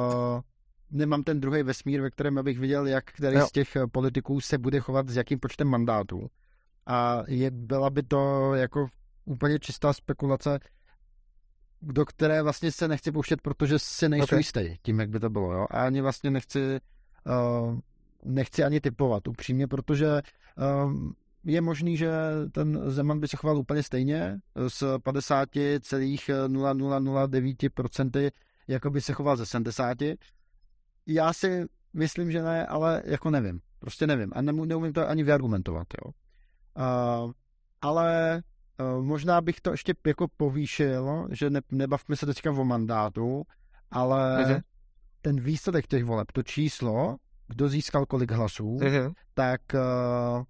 nemám ten druhý vesmír, ve kterém abych viděl, jak který jo. z těch politiků se bude chovat s jakým počtem mandátů. A je, byla by to jako úplně čistá spekulace, do které vlastně se nechci pouštět, protože si nejsou okay. jistý tím, jak by to bylo. Jo? A ani vlastně nechci uh, nechci ani typovat upřímně, protože uh, je možný, že ten Zeman by se choval úplně stejně s padesát celá nula nula nula devět procent jako by se choval ze sedmdesát. Já si myslím, že ne, ale jako nevím. Prostě nevím. A neumím to ani vyargumentovat. Jo. Uh, ale uh, možná bych to ještě jako povýšil, že ne, nebavme se teďka o mandátu, ale uh-huh. ten výsledek těch voleb, to číslo, kdo získal kolik hlasů, uh-huh. tak uh,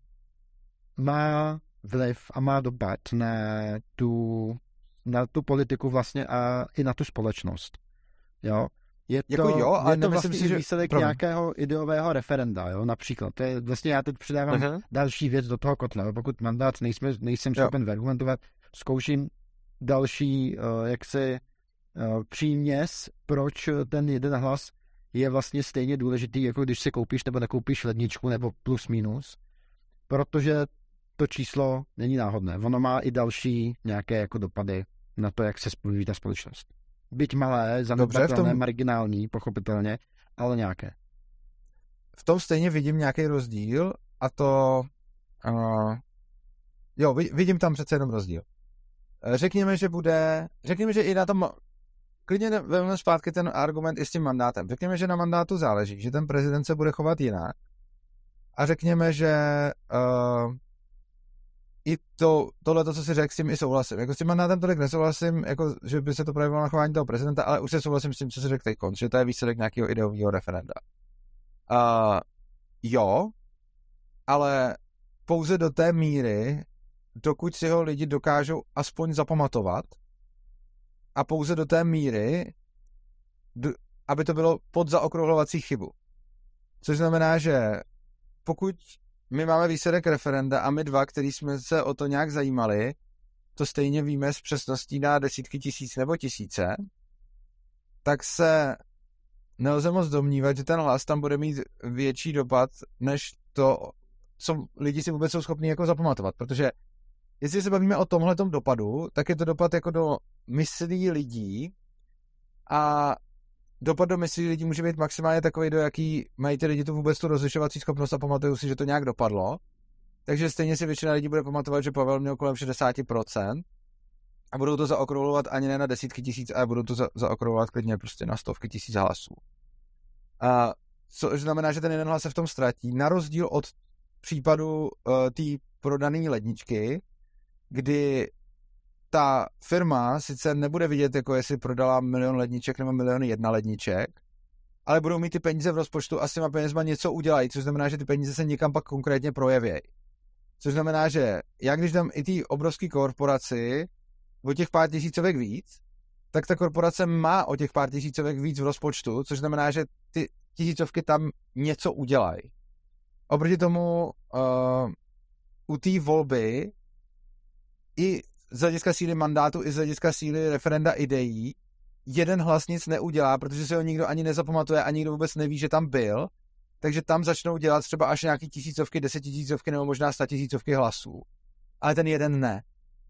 má vliv a má dopad na tu, na tu politiku vlastně a i na tu společnost. Jo? Je to, jako jo, ale je to vlastně si, že... výsledek Pravda. nějakého ideového referenda, jo, například. To je, vlastně já teď přidávám uh-huh. další věc do toho kotla. Jo. Pokud mandát nejsme, nejsem schopen vyargumentovat, zkouším další uh, jaksi uh, příměs, proč ten jeden hlas je vlastně stejně důležitý, jako když si koupíš nebo nekoupíš ledničku nebo plus minus, protože to číslo není náhodné. Ono má i další nějaké jako dopady na to, jak se spojí ta společnost. Byť malé, zanedbatelné, tom... marginální, pochopitelně, ale nějaké. V tom stejně vidím nějaký rozdíl a to... Uh, jo, vidím tam přece jenom rozdíl. Řekněme, že bude... Řekněme, že i na tom... Klidně vezmeme zpátky ten argument i s tím mandátem. Řekněme, že na mandátu záleží, že ten prezident se bude chovat jinak. A řekněme, že... Uh, i to, tohle, co si řekl, s tím i souhlasím. Jako s tím mandátem tolik nesouhlasím, jako, že by se to projevilo na chování toho prezidenta, ale už se souhlasím s tím, co si řekl teďkon, že to je výsledek nějakého ideového referenda. Uh, jo, ale pouze do té míry, dokud si ho lidi dokážou aspoň zapamatovat a pouze do té míry, do, aby to bylo pod zaokrouhlovací chybu. Což znamená, že pokud my máme výsledek referenda a my dva, který jsme se o to nějak zajímali, to stejně víme s přesností na desítky tisíc nebo tisíce, tak se nelze moc domnívat, že ten hlas tam bude mít větší dopad, než to, co lidi si vůbec jsou schopní jako zapamatovat. Protože jestli se bavíme o tomhletom dopadu, tak je to dopad jako do myslí lidí a dopad do myslí lidí může být maximálně takový, do jaký mají ty lidi tu vůbec tu rozlišovací schopnost a pamatují si, že to nějak dopadlo. Takže stejně si většina lidí bude pamatovat, že Pavel měl kolem šedesát procent a budou to zaokrouhlovat ani ne na desítky tisíc, ale budou to za- zaokrouhlovat klidně prostě na stovky tisíc hlasů. A což znamená, že ten jeden hlas se v tom ztratí, na rozdíl od případu uh, té prodané ledničky, kdy ta firma sice nebude vidět, jako jestli prodala milion ledniček nebo milion jedna ledniček, ale budou mít ty peníze v rozpočtu a s těma penězma něco udělají, což znamená, že ty peníze se někam pak konkrétně projevějí. Což znamená, že já když dám i té obrovské korporaci o těch pár tisícovek víc, tak ta korporace má o těch pár tisícovek víc v rozpočtu, což znamená, že ty tisícovky tam něco udělají. Oproti tomu uh, u té volby i z hlediska síly mandátu, i z hlediska síly referenda ideí, jeden hlas nic neudělá, protože se ho nikdo ani nezapamatuje a nikdo vůbec neví, že tam byl, takže tam začnou dělat třeba až nějaký tisícovky, desetitisícovky nebo možná statisícovky hlasů. Ale ten jeden ne.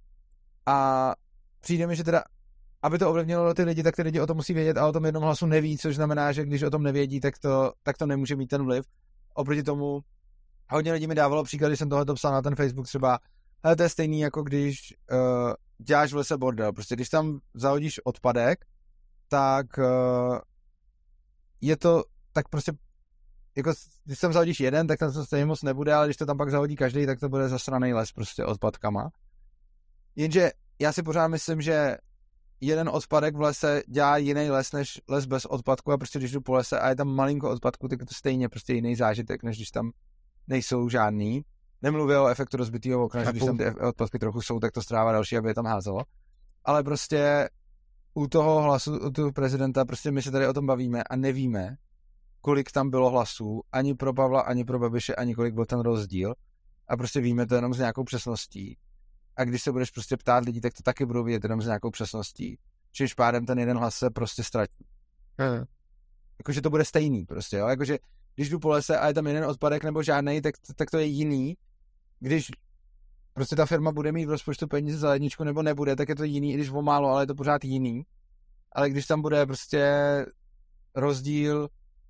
A přijde mi, že teda, aby to ovlivnilo ty lidi, tak ty lidi o tom musí vědět a o tom jednom hlasu neví, což znamená, že když o tom nevědí, tak to, tak to nemůže mít ten vliv. Oproti tomu hodně lidí mi dávalo příklad, když jsem tohleto psal na ten Facebook třeba, ale to je stejný, jako když uh, děláš v lese bordel. Prostě když tam zahodíš odpadek, tak uh, je to, tak prostě jako když tam zahodíš jeden, tak tam to stejně moc nebude, ale když to tam pak zahodí každý, tak to bude zasraný les prostě odpadkama. Jenže já si pořád myslím, že jeden odpadek v lese dělá jiný les než les bez odpadku a prostě když jdu po lese a je tam malinko odpadku, tak je to stejně prostě jiný zážitek, než když tam nejsou žádný. Nemluvím o efektu rozbitého okna, že když tam ty odpadky trochu jsou, tak to strává další, aby je tam házelo. Ale prostě u toho hlasu, u toho prezidenta, prostě my se tady o tom bavíme a nevíme, kolik tam bylo hlasů, ani pro Pavla, ani pro Babiše, ani kolik byl ten rozdíl. A prostě víme to jenom s nějakou přesností. A když se budeš prostě ptát lidí, tak to taky budou vědět jenom s nějakou přesností. Čímž pádem ten jeden hlas se prostě ztratí. Hmm. Jakože to bude stejný prostě, jo. Jakože když jdu po lese a je tam jeden odpadek nebo žádnej, tak, tak to je jiný. Když prostě ta firma bude mít v rozpočtu peníze za ledničku nebo nebude, tak je to jiný, i když o málo, ale je to pořád jiný. Ale když tam bude prostě rozdíl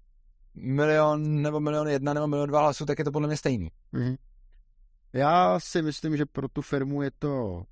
milion nebo milion jedna nebo milion dva hlasů, tak je to podle mě stejný. Mm-hmm. Já si myslím, že pro tu firmu je to,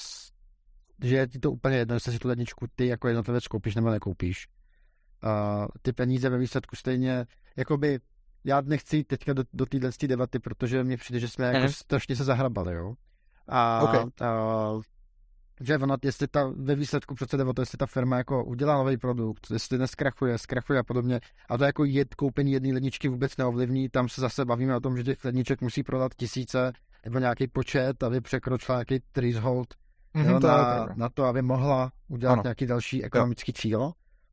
že je ti to úplně jedno, jestli si tu ledničku ty jako jednotlivec koupíš nebo nekoupíš. Uh, ty peníze ve výsledku stejně, jakoby, já nechci jít teďka do, do téhle debaty, protože mně přijde, že jsme jako mm-hmm. strašně se zahrabali, jo. A, okay. uh, že ona, jestli ta, ve výsledku přece jde o to, jestli ta firma jako udělá nový produkt, jestli neskrachuje, zkrachuje a podobně. A to jako jed, koupení jedné ledničky vůbec neovlivní, tam se zase bavíme o tom, že těch ledniček musí prodat tisíce nebo nějaký počet, aby překročila nějaký threshold mm-hmm, jo, to na, na to, aby mohla udělat ano. nějaký další ekonomický jo. cíl.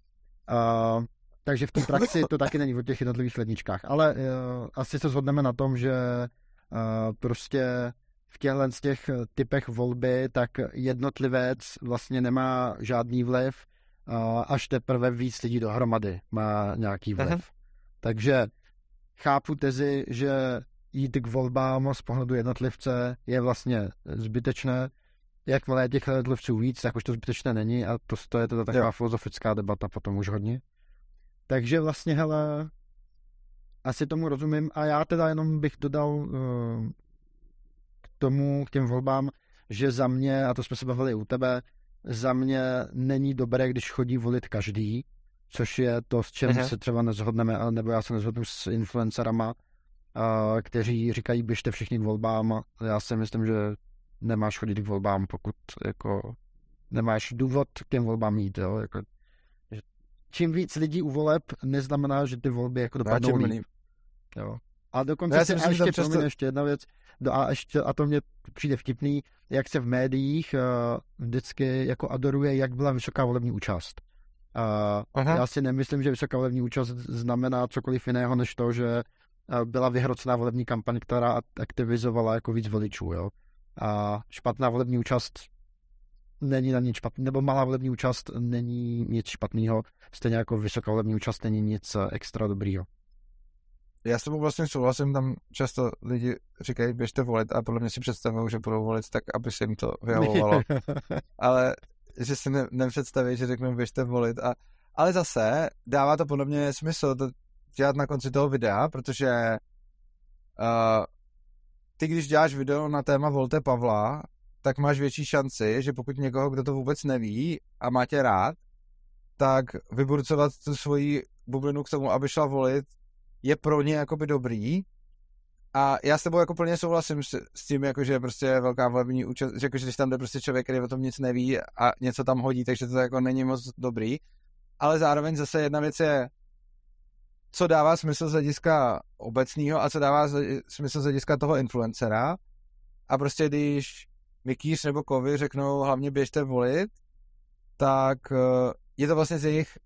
Uh, takže v té praxi to taky není o těch jednotlivých ledničkách. Ale uh, asi se shodneme na tom, že uh, prostě v těchto z těch typech volby, tak jednotlivec vlastně nemá žádný vliv, až teprve víc lidí dohromady má nějaký vliv. Aha. Takže chápu tezi, že jít k volbám z pohledu jednotlivce je vlastně zbytečné. Jakmile je těch jednotlivců víc, tak už to zbytečné není a to, to je teda taková jo. filozofická debata potom už hodně. Takže vlastně, hele, asi tomu rozumím a já teda jenom bych dodal uh, tomu, k těm volbám, že za mě, a to jsme se bavili u tebe, za mě není dobré, když chodí volit každý, což je to, s čím uh-huh. se třeba nezhodneme, nebo já se nezhodnu s influencerama, a, kteří říkají, běžte všichni k volbám. Já si myslím, že nemáš chodit k volbám, pokud jako nemáš důvod k těm volbám jít. Jo? Jako, čím víc lidí u voleb, neznamená, že ty volby jako dopadnou líp. Jo. A dokonce já si myslím, ještě, často... ještě jedna věc, a, ještě, a to mě přijde vtipný, jak se v médiích uh, vždycky jako adoruje, jak byla vysoká volební účast. Uh, já si nemyslím, že vysoká volební účast znamená cokoliv jiného, než to, že uh, byla vyhrocená volební kampaň, která aktivizovala jako víc voličů. Jo? A špatná volební účast není na nic špatný, nebo malá volební účast není nic špatného, stejně jako vysoká volební účast není nic extra dobrýho. Já s tebou vlastně souhlasím, tam často lidi říkají, běžte volit a podle mě si představují, že budou volit tak, aby se jim to vyhovovalo. Ale že si ne, nepředstaví, že řeknou, běžte volit. A, ale zase dává to podle mě smysl to dělat na konci toho videa, protože uh, ty, když děláš video na téma Volte Pavla, tak máš větší šanci, že pokud někoho, kdo to vůbec neví a má tě rád, tak vyburcovat tu svoji bublinu k tomu, aby šla volit, je pro ně jakoby dobrý. A já s tebou jako plně souhlasím s, s tím, jako, že prostě je velká volební účast, že jako, že když tam jde prostě člověk, který o tom nic neví a něco tam hodí, takže to jako není moc dobrý. Ale zároveň zase jedna věc je, co dává smysl z hlediska obecného a co dává smysl z hlediska toho influencera. A prostě když Mikýř nebo Kovy řeknou hlavně běžte volit, tak je to vlastně z jejich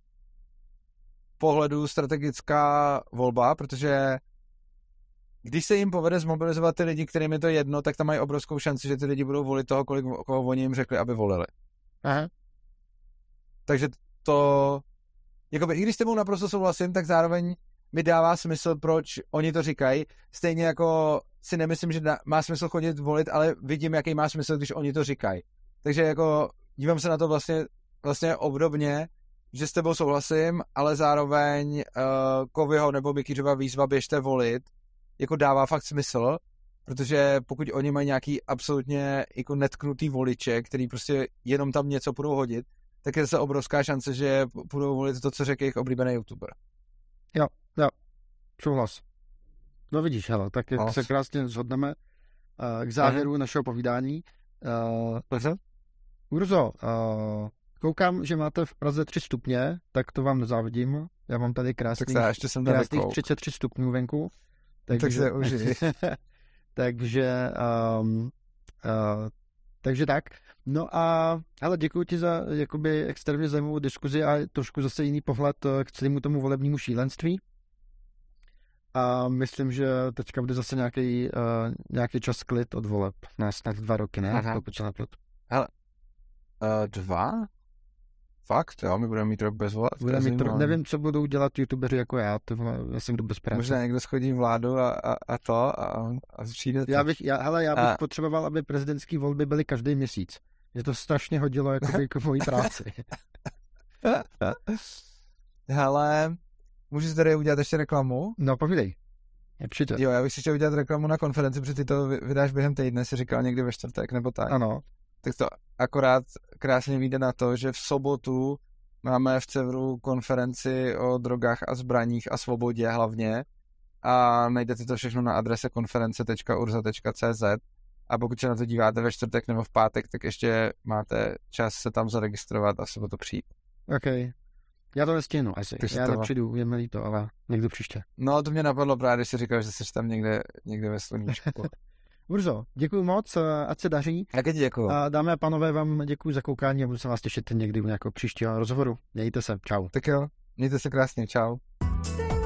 pohledu strategická volba, protože když se jim povede zmobilizovat ty lidi, kterým je to jedno, tak tam mají obrovskou šanci, že ty lidi budou volit toho, kolik, koho oni jim řekli, aby volili. Aha. Takže to, jakoby, i když s tebou naprosto souhlasím, tak zároveň mi dává smysl, proč oni to říkají. Stejně jako si nemyslím, že má smysl chodit volit, ale vidím, jaký má smysl, když oni to říkají. Takže jako dívám se na to vlastně, vlastně obdobně, že s tebou souhlasím, ale zároveň uh, Kovyho nebo Mikýřova výzva běžte volit jako dává fakt smysl, protože pokud oni mají nějaký absolutně jako netknutý voliče, který prostě jenom tam něco budou hodit, tak je zase obrovská šance, že budou volit to, co řekl jejich oblíbený youtuber. Jo, jo, souhlas. No vidíš, hele, tak jak se krásně shodneme uh, k závěru Aha. našeho povídání. Uh, Urzo, uh, Koukám, že máte v Praze tři stupně, tak to vám nezávidím. Já mám tady krásných, tak ještě jsem krásných třicet tři stupňů venku. Takže, tak se užij. takže, um, uh, takže tak. No a hele, děkuji ti za jakoby extrémně zajímavou diskuzi a trošku zase jiný pohled k celému tomu volebnímu šílenství. A myslím, že teďka bude zase nějaký, uh, nějaký čas klid od voleb. Ne, snad dva roky, ne? Aha. Pokud se napřed. Hele, uh, dva? Fakt, jo, my budeme mít rok bez voleb. Budeme mít, nevím, co budou dělat youtubeři jako já, to já jsem kdo bez práce. Možná někdo schodí vládu a, a, a to a, a přijde to. Já bych, já, hele, já bych a... potřeboval, aby prezidentské volby byly každý měsíc. Že to strašně hodilo jakoby k mojí práci. Hele, můžu tady udělat ještě reklamu? No, povídej. Určitě. Jo, já bych si chtěl udělat reklamu na konferenci, protože ty to vydáš během týdne, si říkal někdy ve čtvrtek nebo tak. Ano. Tak to akorát krásně vyjde na to, že v sobotu máme v Cevru konferenci o drogách a zbraních a svobodě hlavně a najdete to všechno na adrese konference tečka urza tečka cé zet a pokud se na to díváte ve čtvrtek nebo v pátek, tak ještě máte čas se tam zaregistrovat a se o to přijít. OK. Já to nestihnu asi. Já to... nepřijdu, je mi líto, ale někdo příště. No, to mě napadlo právě, když jsi říkal, že jsi tam někde, někde ve Sluníčku. Urzo, děkuji moc, ať se daří. Taky děkuji. A dámy a pánové, vám děkuji za koukání a budu se vás těšit někdy u nějakého příštího rozhovoru. Mějte se, čau. Tak jo, mějte se krásně, čau.